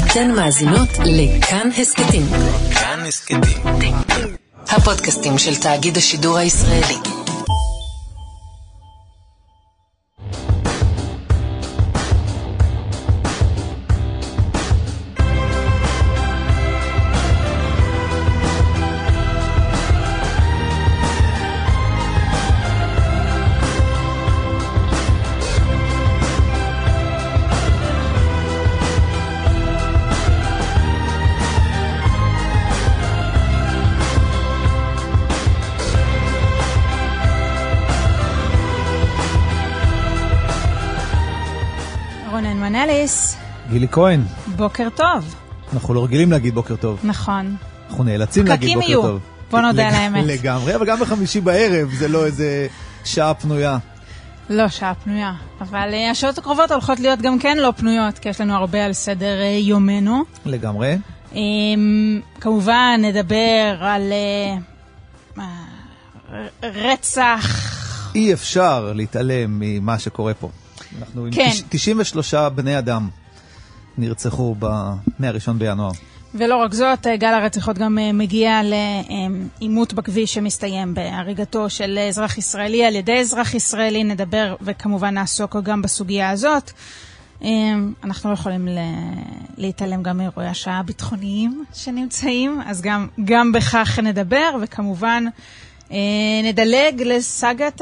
אתן מאזינות לכאן הסקטים. כאן הסקטים. הפודקאסטים של תאגיד השידור הישראלי. גילי כהן. בוקר טוב. אנחנו לא רגילים להגיד בוקר טוב. נכון. אנחנו נאלצים להגיד בוקר טוב. פקקים יהיו, בוא נודה על האמת. לגמרי, אבל גם בחמישי בערב זה לא איזה שעה פנויה. לא שעה פנויה, אבל השעות הקרובות הולכות להיות גם כן לא פנויות, כי יש לנו הרבה על סדר יומנו. לגמרי. כמובן נדבר על רצח. אי אפשר להתעלם ממה שקורה פה. אנחנו עם 93 בני אדם נרצחו מה-1 בינואר. ולא רק זאת, גל הרציחות גם מגיע לאימות בכביש שמסתיים בהריגתו של אזרח ישראלי על ידי אזרח ישראלי. נדבר וכמובן נעסוק גם בסוגיה הזאת. אנחנו לא יכולים להתעלם גם מאירועי השעה הביטחוניים שנמצאים, אז גם בכך נדבר, וכמובן נדלג לסגת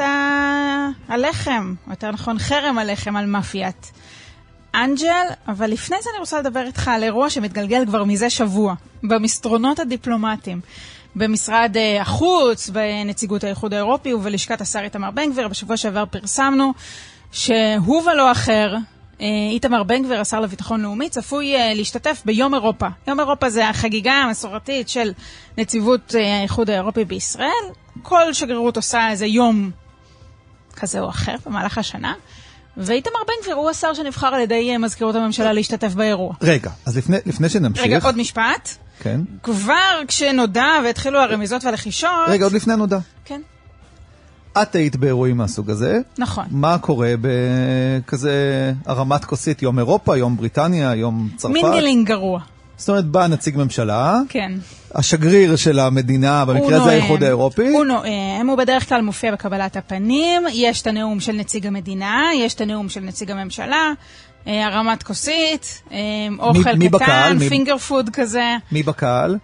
הלחם, או יותר נכון חרם הלחם על מאפיית אנג'ל. אבל לפני זה אני רוצה לדבר איתך על אירוע שמתגלגל כבר מזה שבוע במסדרונות הדיפלומטיים במשרד החוץ, בנציגות האיחוד האירופי ובלשכת השר איתמר בן גביר. בשבוע שעבר פרסמנו שהוא ולא אחר, איתמר בן גביר, השר לביטחון לאומי, צפוי להשתתף ביום אירופה. יום אירופה זה החגיגה המסורתית של נציבות האיחוד האירופי בישראל. כל שגרירות עושה איזה יום כזה או אחר במהלך השנה, ואיתמר בן גביר הוא השר שנבחר על ידי מזכירות הממשלה להשתתף באירוע. רגע, אז לפני שנמשיך... רגע, עוד משפט. כן. כבר כשנודע והתחילו הרמיזות והלחישות... רגע, עוד לפני נודע. כן. את היית באירועים מהסוג הזה. נכון. מה קורה בכזה הרמת כוסית, יום אירופה, יום בריטניה, יום צרפת? מינגלינג גרוע. זאת אומרת, בא נציג ממשלה. כן. השגריר של המדינה, במקרה הזה האיחוד האירופי. הוא נואם, הוא בדרך כלל מופיע בקבלת הפנים, יש את הנאום של נציג המדינה, יש את הנאום של נציג הממשלה, הרמת כוסית, אוכל קטן, פינגר פוד כזה. מי בקהל?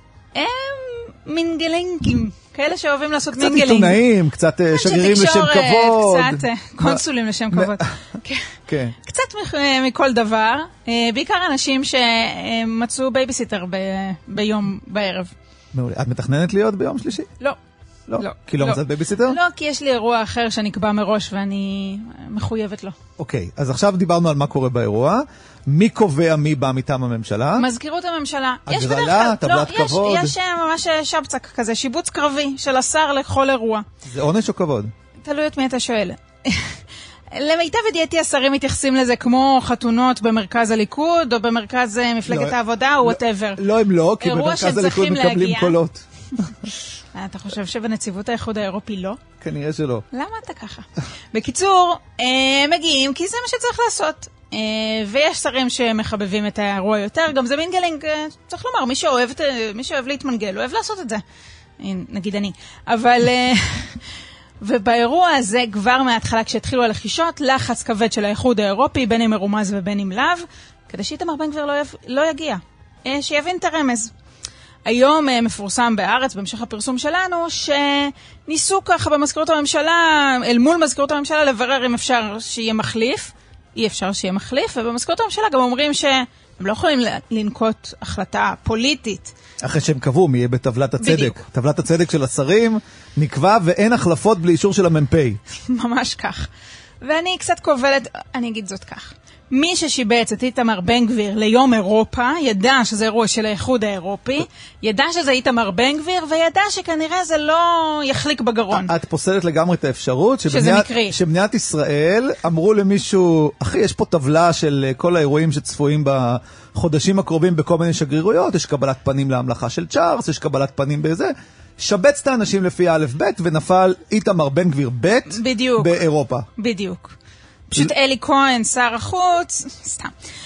מינגלינגים, כאלה שאוהבים לעשות קצת מינגלינג. קצת עיתונאים, קצת שגרירים לשם כבוד. קצת קונסולים לשם כבוד. כן. קצת מכל דבר, בעיקר אנשים שמצאו בייביסיטר ביום בערב. מעולה. את מתכננת להיות ביום שלישי? לא. לא? כי לא מצאת בייביסיטר? לא, כי יש לי אירוע אחר שנקבע מראש ואני מחויבת לו. אוקיי, אז עכשיו דיברנו על מה קורה באירוע. מי קובע מי בא מטעם הממשלה? מזכירות הממשלה. הגרלה, טבלת כבוד? יש ממש שבצק כזה, שיבוץ קרבי של השר לכל אירוע. זה עונש או כבוד? תלוי את מי אתה שואל. למיטב ידיעתי השרים מתייחסים לזה כמו חתונות במרכז הליכוד, או במרכז מפלגת העבודה, או whatever. לא, הם לא, כי במרכז הליכוד מקבלים קולות. אתה חושב שבנציבות האיחוד האירופי לא? כנראה שלא. למה אתה ככה? בקיצור, מגיעים כי זה מה שצריך לעשות. ויש שרים שמחבבים את האירוע יותר, גם זה מינגלינג, צריך לומר, מי שאוהב להתמנגל, אוהב לעשות את זה. נגיד אני. אבל... ובאירוע הזה כבר מההתחלה כשהתחילו הלחישות, לחץ כבד של האיחוד האירופי, בין אם מרומז ובין אם לאו, כדי שאיתמר בן גביר לא יגיע. שיבין את הרמז. היום מפורסם בארץ, בהמשך הפרסום שלנו, שניסו ככה במזכירות הממשלה, אל מול מזכירות הממשלה, לברר אם אפשר שיהיה מחליף. אי אפשר שיהיה מחליף, ובמזכירות הממשלה גם אומרים שהם לא יכולים לנקוט החלטה פוליטית. אחרי שהם קבעו מי יהיה בטבלת הצדק. בדיוק. טבלת הצדק של השרים נקבע ואין החלפות בלי אישור של המ"פ. ממש כך. ואני קצת קובלת, אני אגיד זאת כך. מי ששיבץ את איתמר בן גביר ליום אירופה, ידע שזה אירוע של האיחוד האירופי, ידע שזה איתמר בן גביר, וידע שכנראה זה לא יחליק בגרון. את פוסלת לגמרי את האפשרות שזה מקרי. שבמדינת ישראל אמרו למישהו, אחי, יש פה טבלה של כל האירועים שצפויים בחודשים הקרובים בכל מיני שגרירויות, יש קבלת פנים להמלכה של צ'ארלס, יש קבלת פנים בזה, שבץ את האנשים לפי א' ב' ונפל איתמר בן גביר ב' באירופה. בדיוק. פשוט אלי כהן, שר החוץ, סתם.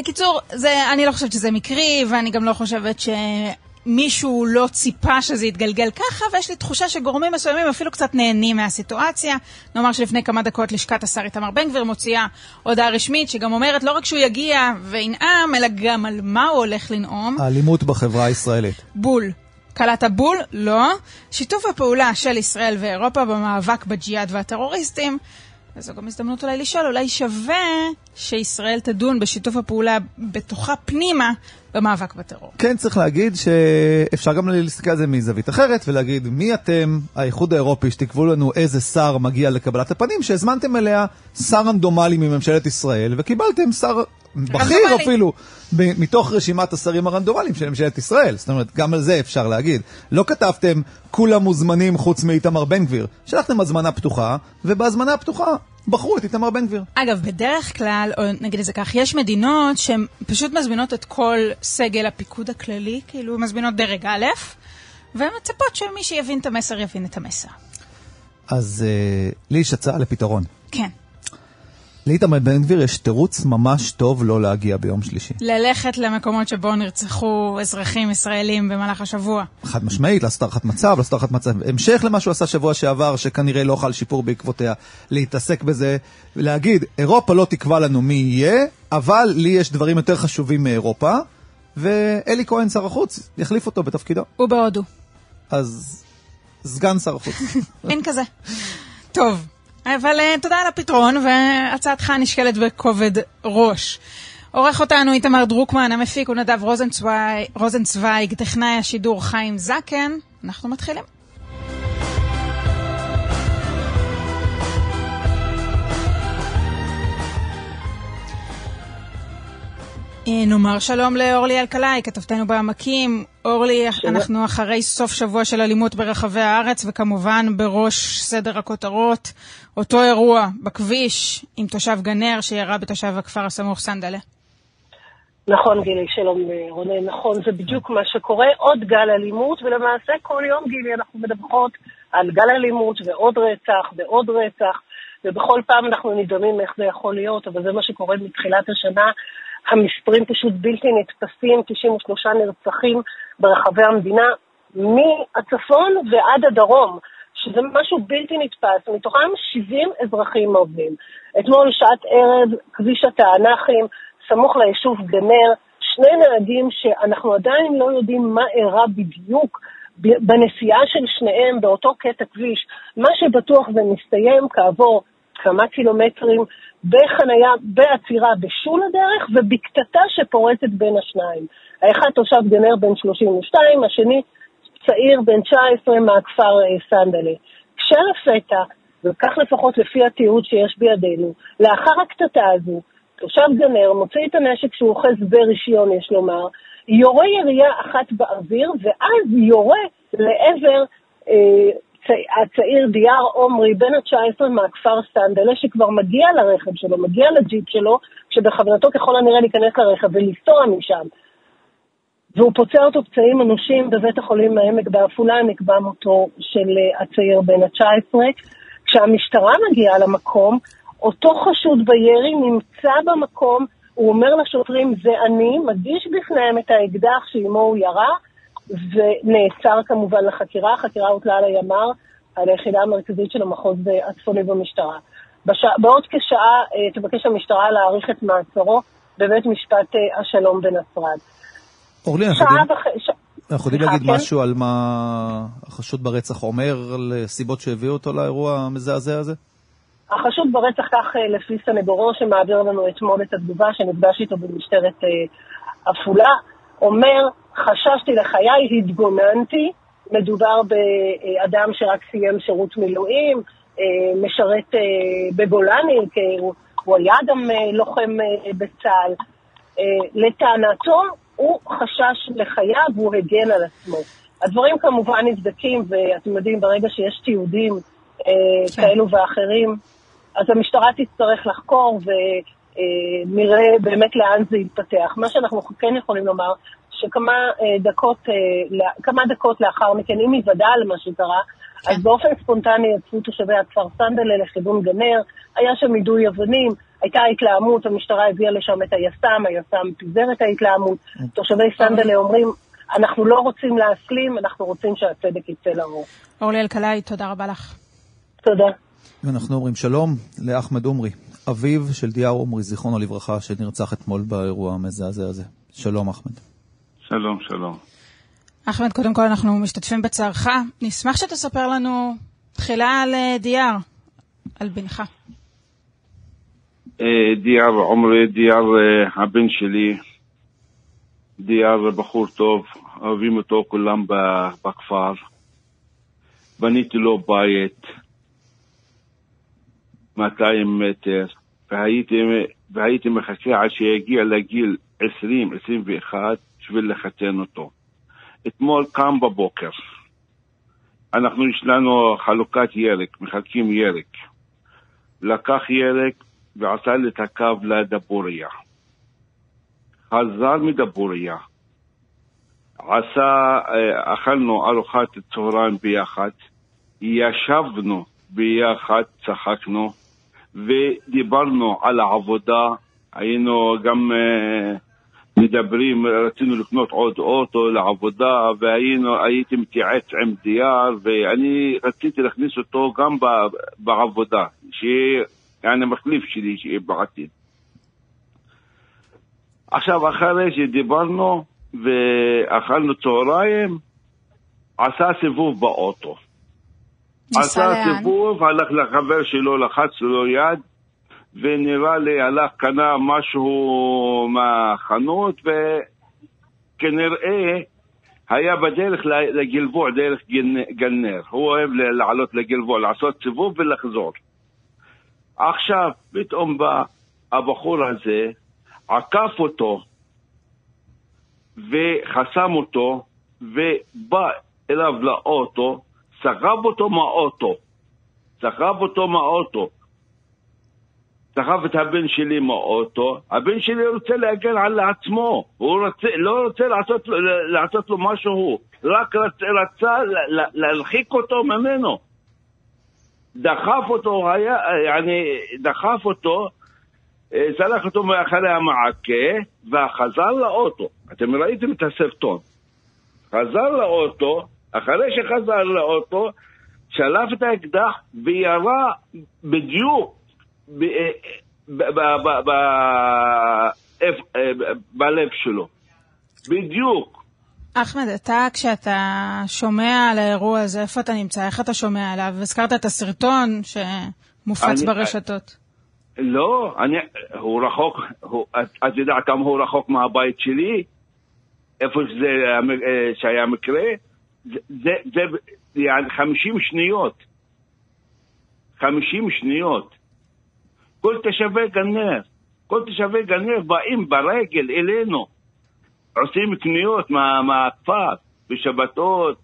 בקיצור, אני לא חושבת שזה מקרי, ואני גם לא חושבת מישהו לא ציפה שזה יתגלגל ככה, ויש לי תחושה שגורמים מסוימים אפילו קצת נהנים מהסיטואציה. נאמר שלפני כמה דקות לשכת השר איתמר בן גביר מוציאה הודעה רשמית, שגם אומרת לא רק שהוא יגיע וינאם, אלא גם על מה הוא הולך לנאום. האלימות בחברה הישראלית. בול. קלת הבול? לא. שיתוף הפעולה של ישראל ואירופה במאבק בג'יהאד והטרוריסטים, וזו גם הזדמנות אולי לשאול, אולי שווה שישראל תדון בשיתוף הפעולה בתוכה פנימה במאבק בטרור. כן, צריך להגיד שאפשר גם להסתכל על זה מזווית אחרת, ולהגיד מי אתם, האיחוד האירופי, שתקבעו לנו איזה שר מגיע לקבלת הפנים, שהזמנתם אליה שר רנדומלי מממשלת ישראל, וקיבלתם שר בכיר אפילו, מתוך רשימת השרים הרנדומליים של ממשלת ישראל. זאת אומרת, גם על זה אפשר להגיד. לא כתבתם כולם מוזמנים חוץ מאיתמר בן גביר. שלחתם הזמנה פתוחה, ובהזמנה הפתוחה בחרו את איתמר בן גביר. אגב, בדרך כלל, או נגיד את זה כך, יש מדינות שהן פשוט מזמינות את כל סגל הפיקוד הכללי, כאילו מזמינות דרג א', והן מצפות שמי שיבין את המסר יבין את המסר. אז לי יש הצעה לפתרון. כן. לאיתמר בן גביר יש תירוץ ממש טוב לא להגיע ביום שלישי. ללכת למקומות שבו נרצחו אזרחים ישראלים במהלך השבוע. חד משמעית, לעשות הערכת מצב, המשך למה שהוא עשה שבוע שעבר, שכנראה לא חל שיפור בעקבותיה, להתעסק בזה, ולהגיד, אירופה לא תקבע לנו מי יהיה, אבל לי יש דברים יותר חשובים מאירופה, ואלי כהן שר החוץ יחליף אותו בתפקידו. הוא בהודו. אז סגן שר החוץ. אין כזה. טוב. אבל תודה על הפתרון, והצעתך נשקלת בכובד ראש. עורך אותנו איתמר דרוקמן, המפיק הוא נדב רוזנצוויג, טכנאי השידור חיים זקן. אנחנו מתחילים. נאמר שלום לאורלי אלקלעי, כתבתנו בעמקים. אורלי, אנחנו אחרי סוף שבוע של אלימות ברחבי הארץ, וכמובן בראש סדר הכותרות, אותו אירוע בכביש עם תושב גנר שירה בתושב הכפר הסמוך סנדלה. נכון גילי, שלום רונן, נכון, זה בדיוק מה שקורה, עוד גל אלימות, ולמעשה כל יום גילי אנחנו מדווחות על גל אלימות ועוד רצח ועוד רצח, ובכל פעם אנחנו נדמים איך זה יכול להיות, אבל זה מה שקורה מתחילת השנה. המספרים פשוט בלתי נתפסים, 93 נרצחים ברחבי המדינה, מהצפון ועד הדרום, שזה משהו בלתי נתפס, מתוכם 70 אזרחים עובדים. אתמול שעת ערב, כביש התענכים, סמוך ליישוב גנר, שני נהגים שאנחנו עדיין לא יודעים מה אירע בדיוק בנסיעה של שניהם באותו קטע כביש. מה שבטוח זה מסתיים כעבור כמה קילומטרים בחנייה, בעצירה בשול הדרך ובקטטה שפורצת בין השניים. האחד תושב גנר בן 32, השני צעיר בן 19 מהכפר סנדלה. כשלפתע, וכך לפחות לפי התיעוד שיש בידינו, לאחר הקטטה הזו, תושב גנר מוציא את הנשק שהוא אוחז ברישיון, יש לומר, יורה ירייה אחת באוויר, ואז יורה לעבר הצעיר דייר עומרי בן ה-19 מהכפר סנדלה, שכבר מגיע לרכב שלו, מגיע לג'יפ שלו, שבכוונתו ככל הנראה להיכנס לרכב ולנסוע משם. והוא פוצע אותו פצעים אנושים בבית החולים העמק בעפולה, נקבע מותו של הצעיר בן ה-19. כשהמשטרה מגיעה למקום, אותו חשוד בירי נמצא במקום, הוא אומר לשוטרים, זה אני, מגיש בפניהם את האקדח שעימו הוא ירה, ונעצר כמובן לחקירה. החקירה הוטלה על הימ"ר, על היחידה המרכזית של המחוז הצפוני במשטרה. בעוד כשעה תבקש המשטרה להאריך את מעצרו בבית משפט השלום בנצרת. אורלי, אנחנו יודעים להגיד משהו על מה החשוד ברצח אומר, לסיבות שהביאו אותו לאירוע המזעזע הזה? החשוד ברצח, כך לפי סנגורו שמעביר לנו אתמול את התגובה שנפגש איתו במשטרת עפולה, אומר, חששתי לחיי, התגוננתי, מדובר באדם שרק סיים שירות מילואים, משרת בגולני, הוא היה גם לוחם בצה"ל. לטענתו, הוא חשש לחייו והוא הגן על עצמו. הדברים כמובן נבדקים, ואתם יודעים, ברגע שיש תיעודים כאלו ואחרים, אז המשטרה תצטרך לחקור ונראה באמת לאן זה יתפתח. מה שאנחנו כן יכולים לומר, שכמה דקות לאחר מכן, אם יוודע על מה שקרה, אז באופן ספונטני יצאו תושבי הכפר סנדלה לכיוון גנר, היה שם יידוי אבנים, הייתה התלהמות, המשטרה הביאה לשם את היס"מ פיזר את ההתלהמות. תושבי סנדלה אומרים, אנחנו לא רוצים להסלים, אנחנו רוצים שהצדק יצא לאור. אורלי אלקלעי, תודה רבה לך. תודה. ואנחנו אומרים שלום לאחמד עומרי, אביו של דיאר עומרי, זיכרונו לברכה, שנרצח אתמול באירוע המזעזע הזה. שלום אחמד. שלום, שלום. אחמד, קודם כל אנחנו משתתפים בצערך. נשמח שתספר לנו תחילה על דיאר, על בנך. דיאר עומרי, דיאר הבן שלי, דיאר בחור טוב, אוהבים אותו כולם בכפר. בניתי לו בית 200 מטר, והייתי מחכה עד שיגיע לגיל 20-21 בשביל לחתן אותו. אתמול קם בבוקר, יש לנו חלוקת ירק, מחלקים ירק. לקח ירק ועשה לי את הקו לדבוריה. חזר מדבוריה. אכלנו ארוחת צהריים ביחד, ישבנו ביחד, צחקנו, ודיברנו על העבודה, היינו גם מדברים, רצינו לקנות עוד אוטו לעבודה, הייתי מתייעץ עם דיאר, ואני רציתי להכניס אותו גם בעבודה, שיהיה מחליף שלי שיהיה בעתיד. עכשיו, אחרי שדיברנו ואכלנו צהריים, עשה סיבוב באוטו. עשה סיבוב, הלך לחבר שלו, לחץ לו יד, ונראה לי הלך קנה משהו מהחנות, וכנראה היה בדרך לגלבוע, דרך גנר. הוא אוהב לעלות לגלבוע, לעשות סיבוב ולחזור. עכשיו, פתאום בא הבחור הזה, עקף אותו, וחסם אותו, ובא אליו לאוטו, סחב אותו מהאוטו, סחב את הבן שלי מהאוטו. הבן שלי רוצה להגן על עצמו, הוא לא רוצה לעשות לו משהו, רק רצה להרחיק אותו ממנו. דחף אותו, סלח אותו מאחרי המעקה, וחזר לאוטו. אתם ראיתם את הסרטון. חזר לאוטו, אחרי שחזר לאוטו, שלף את האקדח וירה בדיוק בלב שלו. בדיוק. אחמד, כשאתה שומע על האירוע הזה, איפה אתה נמצא? איך אתה שומע עליו? הזכרת את הסרטון שמופץ ברשתות. לא, הוא רחוק, את יודעת כמה הוא רחוק מהבית שלי? איפה שהיה מקרה? זה 50 שניות. 50 שניות. כל תושבי גנר באים ברגל אלינו. עושים קניות מהכפר, בשבתות,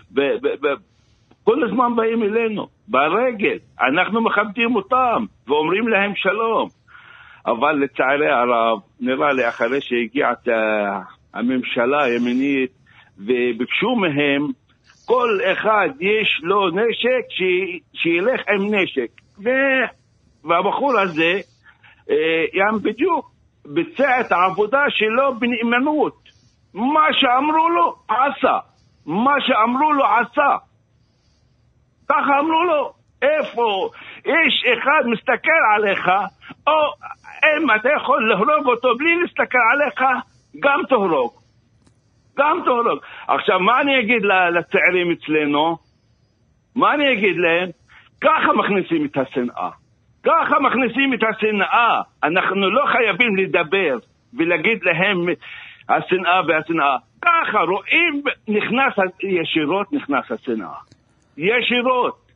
כל הזמן באים אלינו, ברגל. אנחנו מכבדים אותם ואומרים להם שלום. אבל לצערי הרב, נראה לי אחרי שהגיעת הממשלה הימנית, וביקשו מהם, כל אחד יש לו נשק, שילך עם נשק. והבחור הזה, בדיוק, ביצע את העבודה שלו בנאמנות. מה שאמרו לו עשה. ככה אמרו לו. איפה איש אחד מסתכל עליך, או אם אתה יכול להרוג אותו בלי להסתכל עליך, גם תהרוג. עכשיו, מה אני אגיד לצעירים אצלנו? מה אני אגיד להם? ככה מכניסים את השנאה. אנחנו לא חייבים לדבר ולהגיד להם השנאה. ככה רואים, נכנס השנאה. ישירות.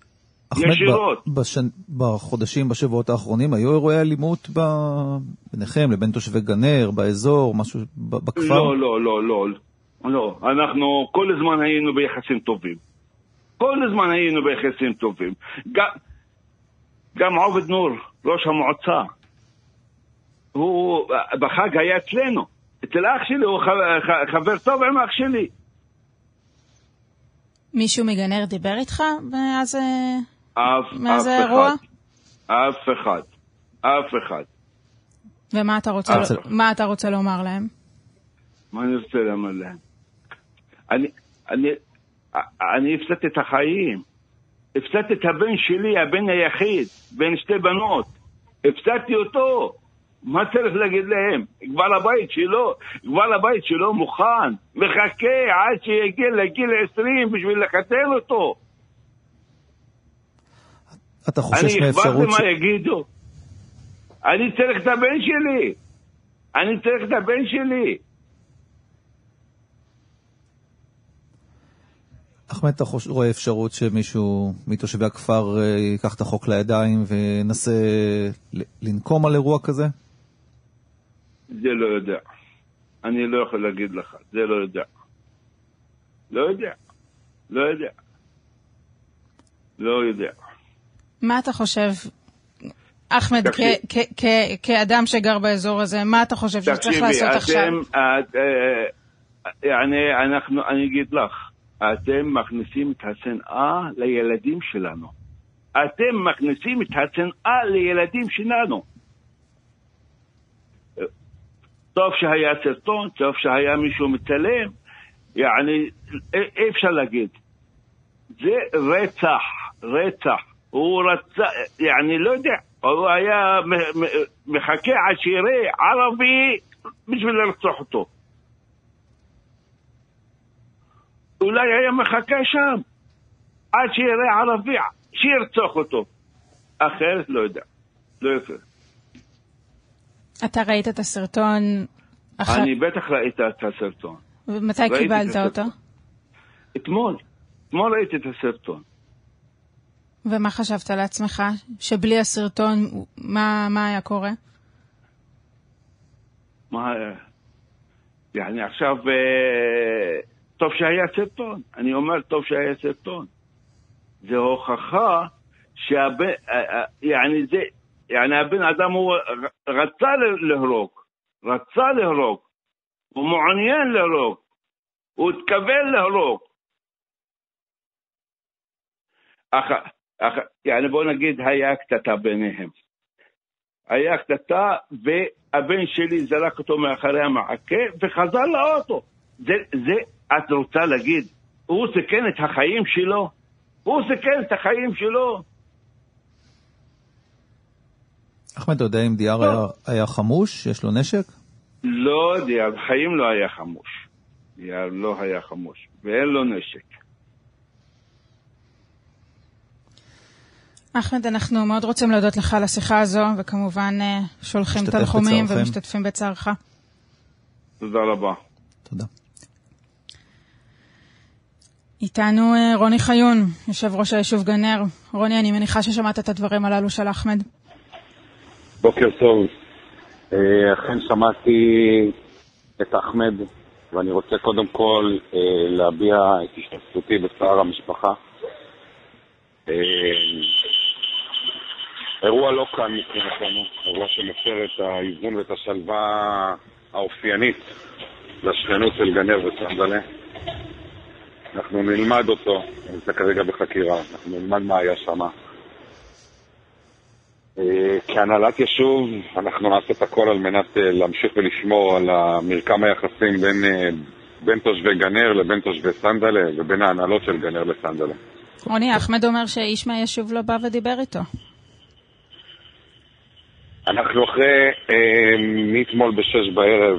בחודשים, בשבועות האחרונים, היו אירועי אלימות ביניכם, לבין תושבי גנר, באזור, משהו בכפר? לא. אנחנו כל הזמן היינו ביחסים טובים. גם עובד נור, ראש המועצה, הוא בחג היה אצלנו. אצל אח שלי, הוא חבר טוב עם אח שלי. מישהו מגנר דיבר איתך מאז האירוע? אף אחד. ומה אתה רוצה לומר להם? מה אני רוצה לומר להם? אני הפסדתי את החיים. הפסדתי את הבן שלי, הבן היחיד, בין שתי בנות. הפסדתי אותו. מה צריך להגיד להם? כבר הבית שלו מוכן. מחכה עד שיגיע לגיל 20 בשביל לחתן אותו. אתה חושש מאפשרות אני אכפת מה יגידו. אני צריך את הבן שלי. אחמד, אתה רואה אפשרות שמישהו מתושבי הכפר ייקח את החוק לידיים ונסה לנקום על אירוע כזה? זה לא יודע. אני לא יכול להגיד לך. זה לא יודע. מה אתה חושב, אחמד, כאדם שגר באזור הזה, מה אתה חושב שצריך לעשות עכשיו? אני אגיד לך, אתם מכניסים את השנאה לילדים שלנו. טוב שהיה סרטון, טוב שהיה מישהו מצלם, אפשר להגיד. זה רצח. הוא רצה, לא יודע, הוא היה מחכה עד שיראה ערבי בשביל לרצוח אותו. אולי היה מחכה שם עד שיראה ערבי שירצוח אותו. אחרת לא יודע. לא יפה. אתה ראית את הסרטון? אני בטח ראית את הסרטון. ומתי קיבלת אותו? אתמול ראיתי את הסרטון. ומה חשבת לעצמך? שבלי הסרטון, מה היה קורה? עכשיו, טוב שהיה סרטון. אני אומר, טוב שהיה סרטון. זה הוכחה הבן אדם הוא רצה להרוג. הוא מעוניין להרוג. הוא התכוון להרוג. בוא נגיד, היה קטטה ביניהם. והבן שלי זרק אותו מאחורי המעקה וחזר לאוטו. זה את רוצה להגיד, הוא סיכן את החיים שלו. אחמד, אתה יודע אם דיאר היה חמוש? יש לו נשק? לא, דיאר בחיים לא היה חמוש. דיאר לא היה חמוש, ואין לו נשק. אחמד, אנחנו מאוד רוצים להודות לך על השיחה הזו, וכמובן שולחים תנחומים ומשתתפים בצערך. תודה רבה. תודה. איתנו רוני חיון, יושב ראש היישוב גנר. רוני, אני מניחה ששמעת את הדברים הללו של אחמד. בוקר טוב. אכן שמעתי את אחמד, ואני רוצה קודם כל להביע את השתתפותי בצער המשפחה. אירוע לא כאן מבחינתנו, אירוע שמפר את האיזון ואת השלווה האופיינית לשכנות של גנר וסנדלה. אנחנו נלמד אותו, נמצא כרגע בחקירה, אנחנו נלמד מה היה שם. כהנהלת יישוב אנחנו נעשה את הכל על מנת להמשיך ולשמור על המרקם היחסים בין תושבי גנר לבין תושבי סנדלה ובין ההנהלות של גנר לסנדלה. רוני, אחמד אומר שאיש מהיישוב לא בא ודיבר איתו. אנחנו אחרי מאתמול ב-6 בערב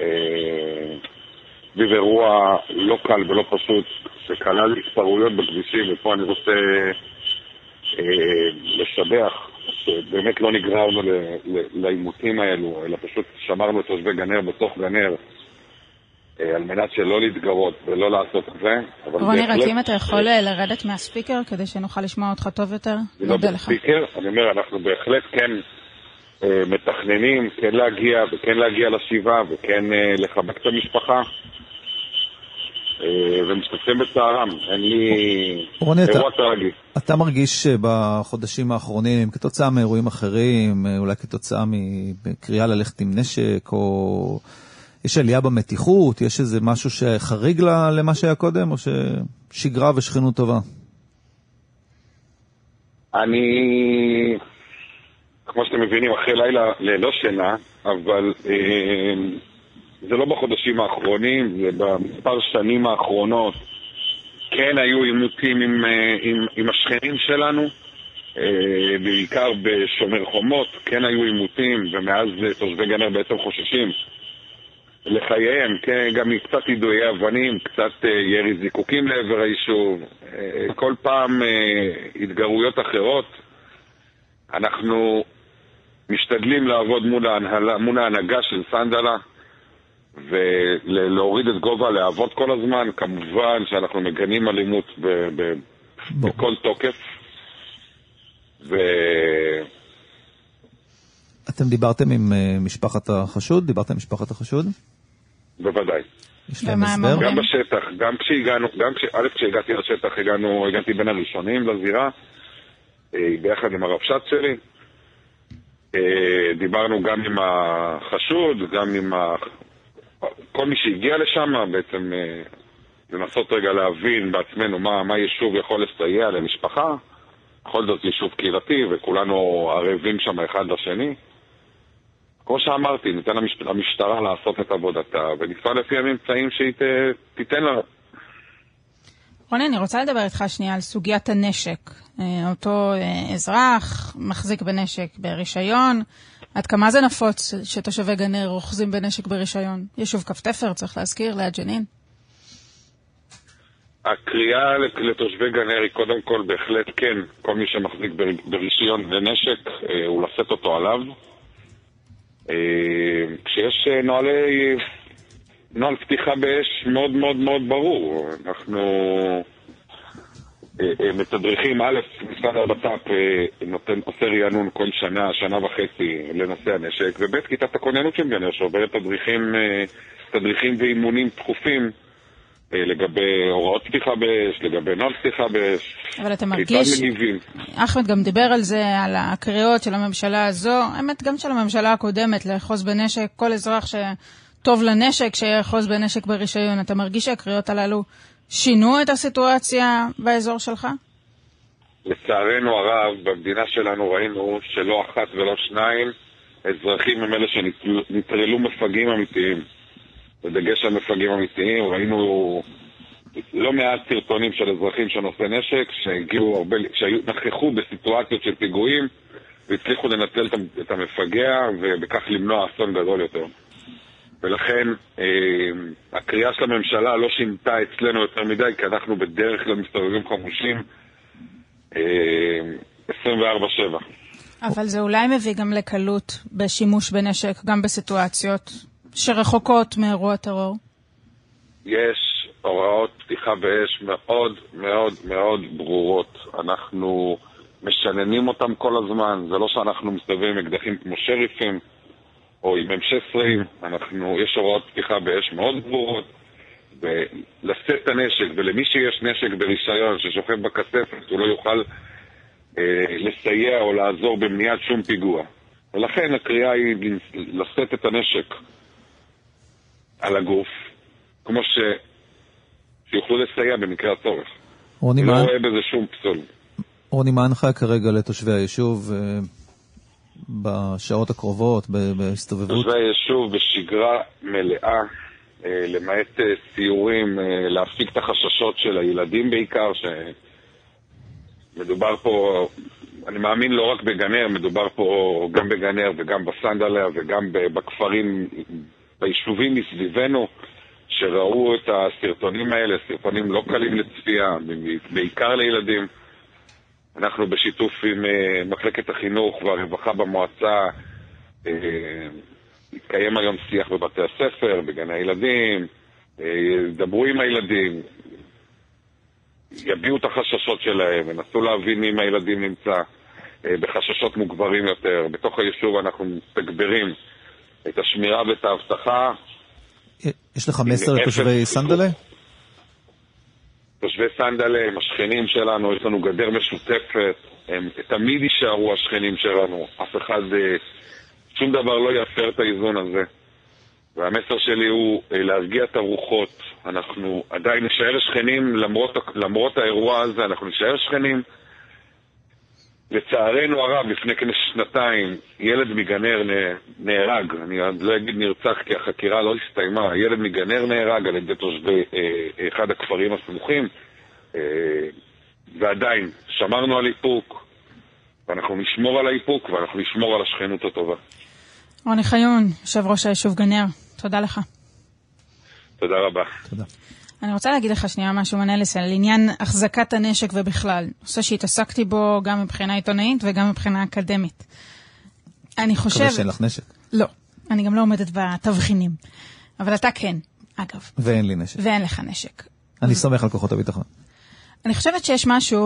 סביב אירוע לא קל ולא פשוט שכלל התפרעויות בכבישים, ופה אני רוצה לשבח שבאמת לא נגררנו לעימותים האלו, אלא פשוט שמרנו את תושבי גנר בתוך גנר על מנת שלא להתגרות ולא לעשות את זה. רוני, רק אם אתה יכול לרדת מהספיקר כדי שנוכל לשמוע אותך טוב יותר, נודה לך. בספיקר, אני אומר, אנחנו בהחלט כן מתכננים, כן להגיע לשבעה וכן לחבק את המשפחה ומשתתפים בצערם. אין לי אירוע תרגי. אתה מרגיש בחודשים האחרונים כתוצאה מאירועים אחרים, אולי כתוצאה מקריאה ללכת עם נשק או יש עלייה במתיחות? יש איזה משהו שחריג למה שהיה קודם, או ששגרה ושכנות טובה? כמו שאתם מבינים, אחרי לילה ללא שינה, אבל זה לא בחודשים האחרונים, זה במספר שנים האחרונות. כן היו עימותים עם השכנים שלנו, בעיקר בשומר חומות, כן היו עימותים, ומאז תושבי גנר בעצם חוששים לחייהם, כן, גם קצת יידויי אבנים, קצת ירי זיקוקים לעבר היישוב, כל פעם התגרויות אחרות. אנחנו משתדלים לעבוד מול ההנהגה של סנדלה ולהוריד את גובה הלהבות כל הזמן. כמובן שאנחנו מגנים אלימות בכל תוקף. אתם דיברתם עם משפחת החשוד? דיברתם עם משפחת החשוד? בוודאי. יש להם הסבר? גם בשטח, גם כשהגעתי לשטח, הגעתי בין הראשונים לזירה, ביחד עם הרבש"ץ שלי. דיברנו גם עם החשוד, גם עם כל מי שהגיע לשם, בעצם לנסות רגע להבין בעצמנו מה יישוב יכול לסייע למשפחה. בכל זאת יישוב קהילתי, וכולנו ערבים שם אחד לשני. כמו שאמרתי, ניתן למשטרה לעשות את עבודתה, ונפעל לפי הממצאים שהיא תיתן לה. רוני, אני רוצה לדבר איתך שנייה על סוגיית הנשק. אותו אזרח מחזיק בנשק ברישיון. עד כמה זה נפוץ שתושבי גנר אוחזים בנשק ברישיון? יישוב כפתפר, צריך להזכיר, ליד ג'נין. הקריאה לתושבי גנר היא קודם כל בהחלט כן, כל מי שמחזיק ברישיון לנשק, הוא לשאת אותו עליו. כשיש נוהל פתיחה באש מאוד מאוד מאוד ברור. אנחנו מתדריכים, א', משרד הבט"פ עושה רענון כל שנה וחצי לנושא הנשק, וב', כיתת הכוננות של גנר שעוברת תדריכים ואימונים תכופים לגבי הוראות פתיחה באש, לגבי נוהל פתיחה באש. אבל אתה מרגיש, אחמד גם דיבר על זה, על הקריאות של הממשלה הזו, האמת גם של הממשלה הקודמת, לאחוז בנשק, כל אזרח שטוב לנשק, שיחוז בנשק ברישיון. אתה מרגיש שהקריאות הללו שינו את הסיטואציה באזור שלך? לצערנו הרב, במדינה שלנו ראינו שלא אחת ולא שניים, אזרחים הם אלה שנטרלו מפגעים אמיתיים. בדגש על מפגעים אמיתיים, ראינו לא מעט סרטונים של אזרחים שנושא נשק, שנכחו בסיטואציות של פיגועים, והצליחו לנצל את המפגע, ובכך למנוע אסון גדול יותר. ולכן, הקריאה של הממשלה לא שינתה אצלנו יותר מדי, כי אנחנו בדרך כלל מסתובבים חמושים 24/7. אבל זה אולי מביא גם לקלות בשימוש בנשק, גם בסיטואציות שרחוקות מאירוע טרור? יש הוראות פתיחה באש מאוד מאוד מאוד ברורות. אנחנו משננים אותם כל הזמן. זה לא שאנחנו מסתובבים עם אקדחים כמו שריפים או עם M16. יש הוראות פתיחה באש מאוד ברורות. ולשאת את הנשק, ולמי שיש נשק ברישיון ששוכב בכספת, הוא לא יוכל לסייע או לעזור במניעת שום פיגוע. ולכן הקריאה היא לשאת את הנשק על הגוף, כמו שיוכלו לסייע במקרה הצורך. אני לא רואה בזה שום פסול. רוני, מה ההנחיה כרגע לתושבי היישוב בשעות הקרובות, בהסתובבות? תושבי היישוב בשגרה מלאה, למעט סיורים, להפסיק את החששות של הילדים בעיקר, שמדובר פה, אני מאמין לא רק בגנר, מדובר פה גם בגנר וגם בסנדלה וגם בכפרים, ביישובים מסביבנו, שראו את הסרטונים האלה, סרטונים לא קלים לצפייה, בעיקר לילדים. אנחנו בשיתוף עם מחלקת החינוך והרווחה במועצה, התקיים היום שיח בבתי הספר, בגני הילדים, דברו עם הילדים, יביאו את החששות שלהם, ונסו להבין אם הילדים נמצא בחששות מוגברים יותר. בתוך היישוב אנחנו מתגברים את השמירה ואת ההבטחה. יש לך מסר לתושבי סנדלה? תושבי סנדלה הם השכנים שלנו, יש לנו גדר משותפת, הם תמיד יישארו השכנים שלנו, אף אחד, שום דבר לא יפר את האיזון הזה. והמסר שלי הוא להרגיע את הרוחות. אנחנו עדיין נשאר שכנים, למרות האירוע הזה, אנחנו נשאר שכנים. לצערנו הרב, לפני כשנתיים, ילד מגנר נהרג. אני לא אגיד נרצח כי החקירה לא הסתיימה. ילד מגנר נהרג על ידי תושבי אחד הכפרים הסמוכים. ועדיין, שמרנו על איפוק, ואנחנו נשמור על האיפוק, ואנחנו נשמור על השכנות הטובה. רוני חיון, יושב ראש היישוב גנר, תודה לך. תודה רבה. תודה. אני רוצה להגיד לך שנייה משהו מנהלס על עניין החזקת הנשק ובכלל. נושא שהתעסקתי בו גם מבחינה עיתונאית וגם מבחינה אקדמית. אני חושב... מקווה שאין לך נשק. לא, אני גם לא עומדת בתבחינים. אבל אתה כן, אגב. ואין לי נשק. ואין לך נשק. אני סומך על כוחות הביטחון. אני חושבת שיש משהו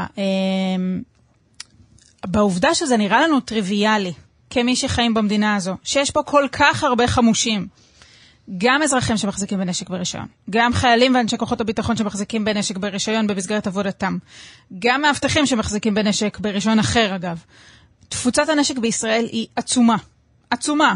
בעובדה שזה נראה לנו טריוויאלי, כמי שחיים במדינה הזו, שיש פה כל כך הרבה חמושים. גם אזרחים שמחזיקים בנשק ברישיון, גם חיילים ואנשי כוחות הביטחון שמחזיקים בנשק ברישיון במסגרת עבודתם, גם מאבטחים שמחזיקים בנשק ברישיון אחר אגב. תפוצת הנשק בישראל היא עצומה, עצומה.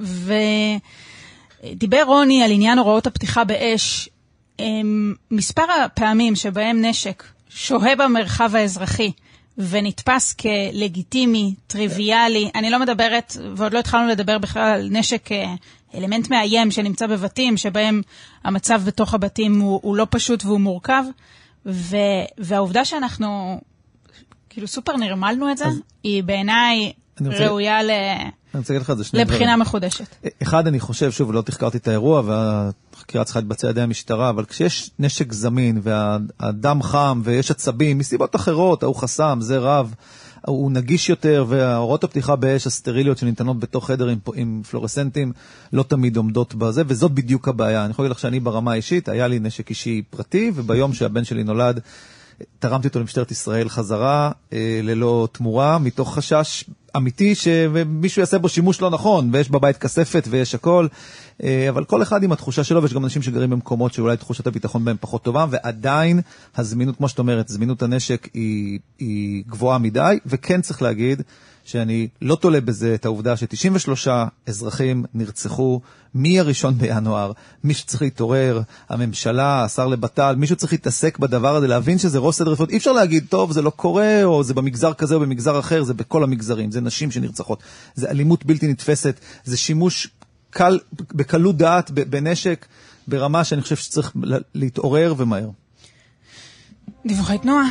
ודיבר רוני על עניין הוראות הפתיחה באש, מספר הפעמים שבהם נשק שוהה במרחב האזרחי ונתפס כלגיטימי, טריוויאלי, אני לא מדברת, ועוד לא התחלנו לדבר בכלל על נשק אלמנט מאיים שנמצא בבתים, שבהם המצב בתוך הבתים הוא לא פשוט והוא מורכב, והעובדה שאנחנו כאילו סופר נרמלנו את זה, היא בעיניי ראויה לבחינה מחודשת. אחד, אני חושב, שוב, לא תחקרתי את האירוע, והחקירה צריכה להתבצע ידי המשטרה, אבל כשיש נשק זמין, והדם חם, ויש עצבים, מסיבות אחרות, הוא חסם, זה רב, הוא נגיש יותר, וההוראות הפתיחה באש, הסטריליות שניתנות בתוך חדר עם פלורסנטים, לא תמיד עומדות בזה, וזאת בדיוק הבעיה. אני יכול להגיד לך שאני ברמה האישית, היה לי נשק אישי פרטי, וביום שהבן שלי נולד, תרמתי אותו למשטרת ישראל חזרה, ללא תמורה, מתוך חשש אמיתי שמישהו יעשה בו שימוש לא נכון, ויש בבית כספת ויש הכל, אבל כל אחד עם התחושה שלו, ויש גם אנשים שגרים במקומות שאולי תחושת הביטחון בהם פחות טובה, ועדיין הזמינות, כמו שאת אומרת, זמינות הנשק היא גבוהה מדי, וכן צריך להגיד שאני לא תולה בזה את העובדה ש93 אזרחים נרצחו מ-1 בינואר. מישהו צריך להתעורר, הממשלה, השר לבטל, מישהו צריך להתעסק בדבר הזה, להבין שזה ראש סדר עדיפויות. אי אפשר להגיד, טוב, זה לא קורה, או זה במגזר כזה או במגזר אחר, זה בכל המגזרים, זה נשים שנרצחות, זה אלימות בלתי נתפסת, זה שימוש קל, בקלות דעת, בנשק, ברמה שאני חושב שצריך להתעורר ומהר. דיווחי תנועה.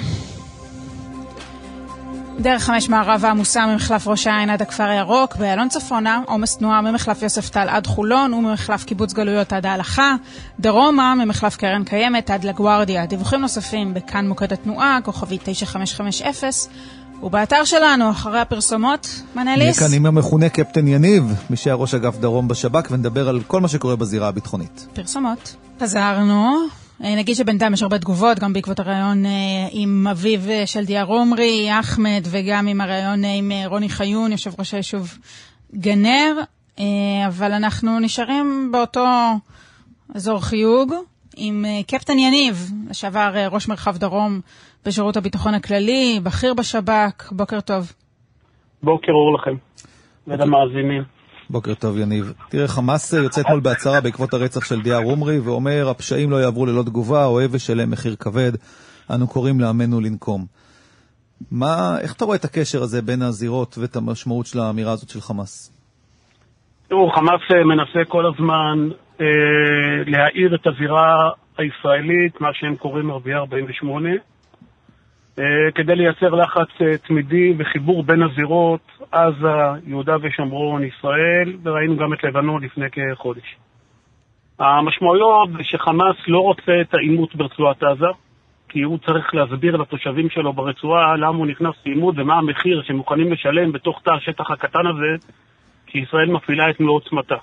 דרך 5 מערב העמוסה ממחלף ראש העין עד הכפר הירוק, באלון צפונה, עומס תנועה ממחלף יוסף טל עד חולון וממחלף קיבוץ גלויות עד ההלכה, דרומה ממחלף קרן קיימת עד לגוארדיה. דיווחים נוספים בכאן מוקד התנועה, כוכבי 9550, ובאתר שלנו אחרי הפרסומות, מנהליס. כאן עם המכונה קפטן יניב, מי שהיה ראש אגף דרום בשב"כ, ונדבר על כל מה שקורה בזירה הביטחונית. פרסומות. חזרנו. נגיד שבינתיים יש הרבה תגובות, גם בעקבות הרעיון עם אביו של דיאר עומרי, אחמד, וגם עם הרעיון עם רוני חיון, יושב ראש היישוב גנר, אבל אנחנו נשארים באותו אזור חיוג, עם קפטן יניב, לשעבר ראש מרחב דרום בשירות הביטחון הכללי, בכיר בשב"כ, בוקר טוב. בוקר אור לכם, ולמאזינים. בוקר טוב יניב. תראה, חמאס יוצא אתמול בהצהרה בעקבות הרצח של דיאר עומרי, ואומר, הפשעים לא יעברו ללא תגובה, אוהב ושלם מחיר כבד, אנו קוראים לעמנו לנקום. איך אתה רואה את הקשר הזה בין הזירות ואת המשמעות של האמירה הזאת של חמאס? תראו, חמאס מנסה כל הזמן להאיר את הזירה הישראלית, מה שהם קוראים ערביי 48, כדי לייצר לחץ תמידי וחיבור בין הזירות, עזה, יהודה ושומרון, ישראל, וראינו גם את לבנון לפני כחודש. המשמעויות זה שחמאס לא רוצה את העימות ברצועת עזה, כי הוא צריך להסביר לתושבים שלו ברצועה למה הוא נכנס לעימות ומה המחיר שמוכנים לשלם בתוך תא השטח הקטן הזה, כי ישראל מפעילה את מלוא עוצמתה.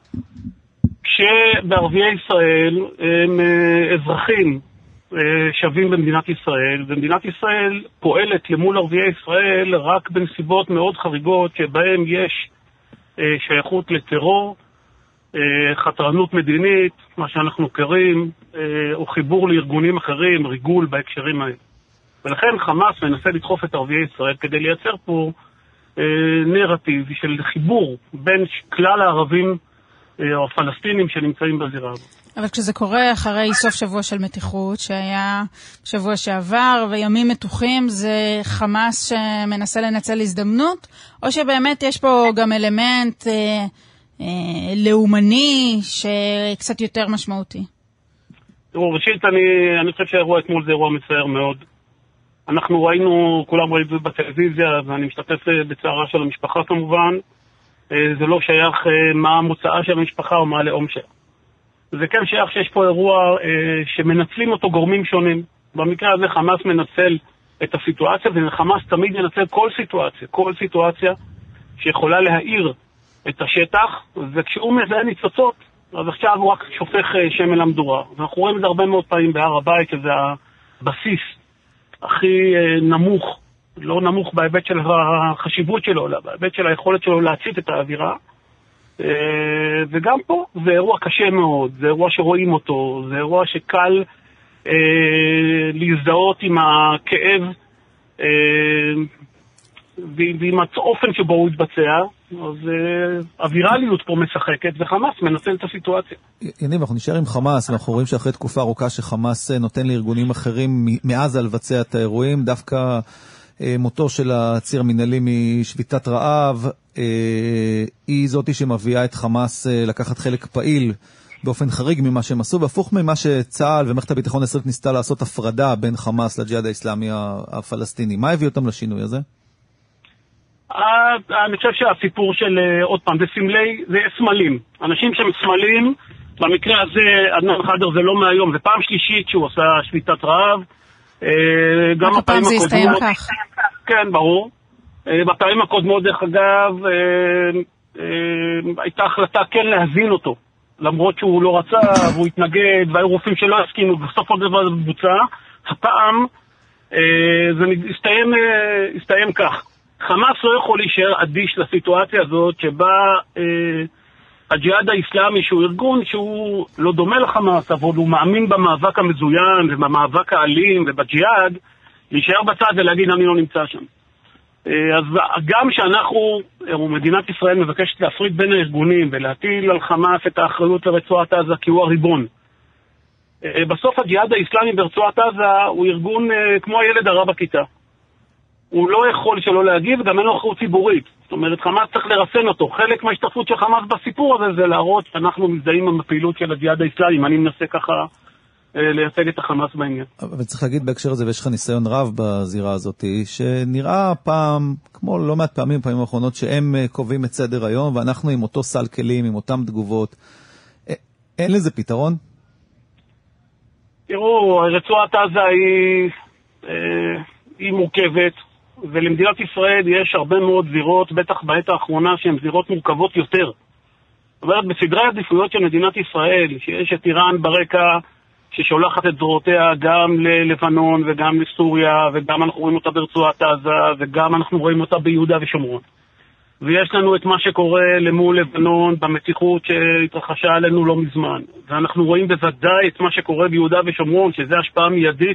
כשבערביי ישראל הם אזרחים שווים במדינת ישראל, ומדינת ישראל פועלת למול ערביי ישראל רק בנסיבות מאוד חריגות שבהם יש שייכות לטרור, חתרנות מדינית, מה שאנחנו קוראים, או חיבור לארגונים אחרים, ריגול בהקשרים האלה. ולכן חמאס מנסה לדחוף את ערביי ישראל כדי לייצר פה נרטיב של חיבור בין כלל הערבים או הפלסטינים שנמצאים בזירה הזאת. אבל כשזה קורה אחרי סוף שבוע של מתיחות, שהיה שבוע שעבר, וימים מתוחים, זה חמאס שמנסה לנצל הזדמנות, או שבאמת יש פה גם אלמנט לאומני שקצת יותר משמעותי? תראו, ראשית, אני חושב שהאירוע אתמול זה אירוע מצער מאוד. אנחנו ראינו, כולם ראינו את זה בטלוויזיה, ואני משתתף בצערה של המשפחה כמובן. זה לא שייך מה המוצאה של המשפחה או מה הלאום שלה. זה כן שייך שיש פה אירוע שמנצלים אותו גורמים שונים. במקרה הזה חמאס מנצל את הסיטואציה, וחמאס תמיד ינצל כל סיטואציה שיכולה להאיר את השטח, וכשהוא מזהה ניצוצות, אז עכשיו הוא רק שופך שמן למדורה. ואנחנו רואים את זה הרבה מאוד פעמים בהר הבית, שזה הבסיס הכי נמוך, לא נמוך בהיבט של החשיבות שלו, אלא בהיבט של היכולת שלו להצית את האווירה. וגם פה זה אירוע קשה מאוד, זה אירוע שרואים אותו, זה אירוע שקל להזדהות עם הכאב ועם האופן שבו הוא התבצע. אז אווירליות פה משחקת, וחמאס מנצל את הסיטואציה. יניב, אנחנו נשאר עם חמאס, ואנחנו רואים שאחרי תקופה ארוכה שחמאס נותן לארגונים אחרים מעזה לבצע את האירועים, דווקא מותו של הציר המנהלי משביתת רעב, היא זאתי שמביאה את חמאס לקחת חלק פעיל באופן חריג ממה שהם עשו, והפוך ממה שצה"ל ומערכת הביטחון הישראלית ניסתה לעשות הפרדה בין חמאס לג'יהאד האסלאמי הפלסטיני. מה הביא אותם לשינוי הזה? אני חושב שהסיפור של, עוד פעם, זה סמלי, זה סמלים. אנשים שהם סמלים, במקרה הזה, עדנאן חדר זה לא מהיום, זה פעם שלישית שהוא עושה שביתת רעב. גם הפעם זה הסתיים כך. כן, ברור. בפעמים הקודמות, דרך אגב, הייתה החלטה כן להזין אותו, למרות שהוא לא רצה, והוא התנגד, והיו רופאים שלא הסכימו, בסופו של דבר זה בוצע. הפעם זה הסתיים כך. חמאס לא יכול להישאר אדיש לסיטואציה הזאת שבה הג'יהאד האסלאמי, שהוא ארגון שהוא לא דומה לחמאס, אבל הוא מאמין במאבק המזוין ובמאבק האלים ובג'יהאד, להישאר בצד ולהגיד אני לא נמצא שם. אז גם שאנחנו, מדינת ישראל מבקשת להפריד בין הארגונים ולהטיל על חמאס את האחריות לרצועת עזה כי הוא הריבון. בסוף הג'יהאד האסלאמי ברצועת עזה הוא ארגון כמו הילד הרע בכיתה. הוא לא יכול שלא להגיב, וגם אין לו אחריות ציבורית. זאת אומרת, חמאס צריך לרסן אותו. חלק מההשתתפות של חמאס בסיפור הזה זה להראות שאנחנו מזדהים עם הפעילות של הג'יהאד האסלאמי. אני מנסה ככה לייצג את החמאס בעניין. אבל צריך להגיד בהקשר הזה, ויש לך ניסיון רב בזירה הזאת, שנראה פעם, כמו לא מעט פעמים האחרונות, שהם קובעים את סדר היום, ואנחנו עם אותו סל כלים, עם אותם תגובות. אין לזה פתרון? תראו, רצועת עזה היא מורכבת, ולמדינת ישראל יש הרבה מאוד זירות, בטח בעת האחרונה, שהן זירות מורכבות יותר. זאת אומרת, בסדרי העדיפויות של מדינת ישראל, שיש את איראן ברקע, ששולחת את זרועותיה גם ללבנון וגם לסוריה, וגם אנחנו רואים אותה ברצועת עזה, וגם אנחנו רואים אותה ביהודה ושומרון. ויש לנו את מה שקורה למול לבנון במתיחות שהתרחשה עלינו לא מזמן. ואנחנו רואים בוודאי את מה שקורה ביהודה ושומרון, שזה השפעה מיידית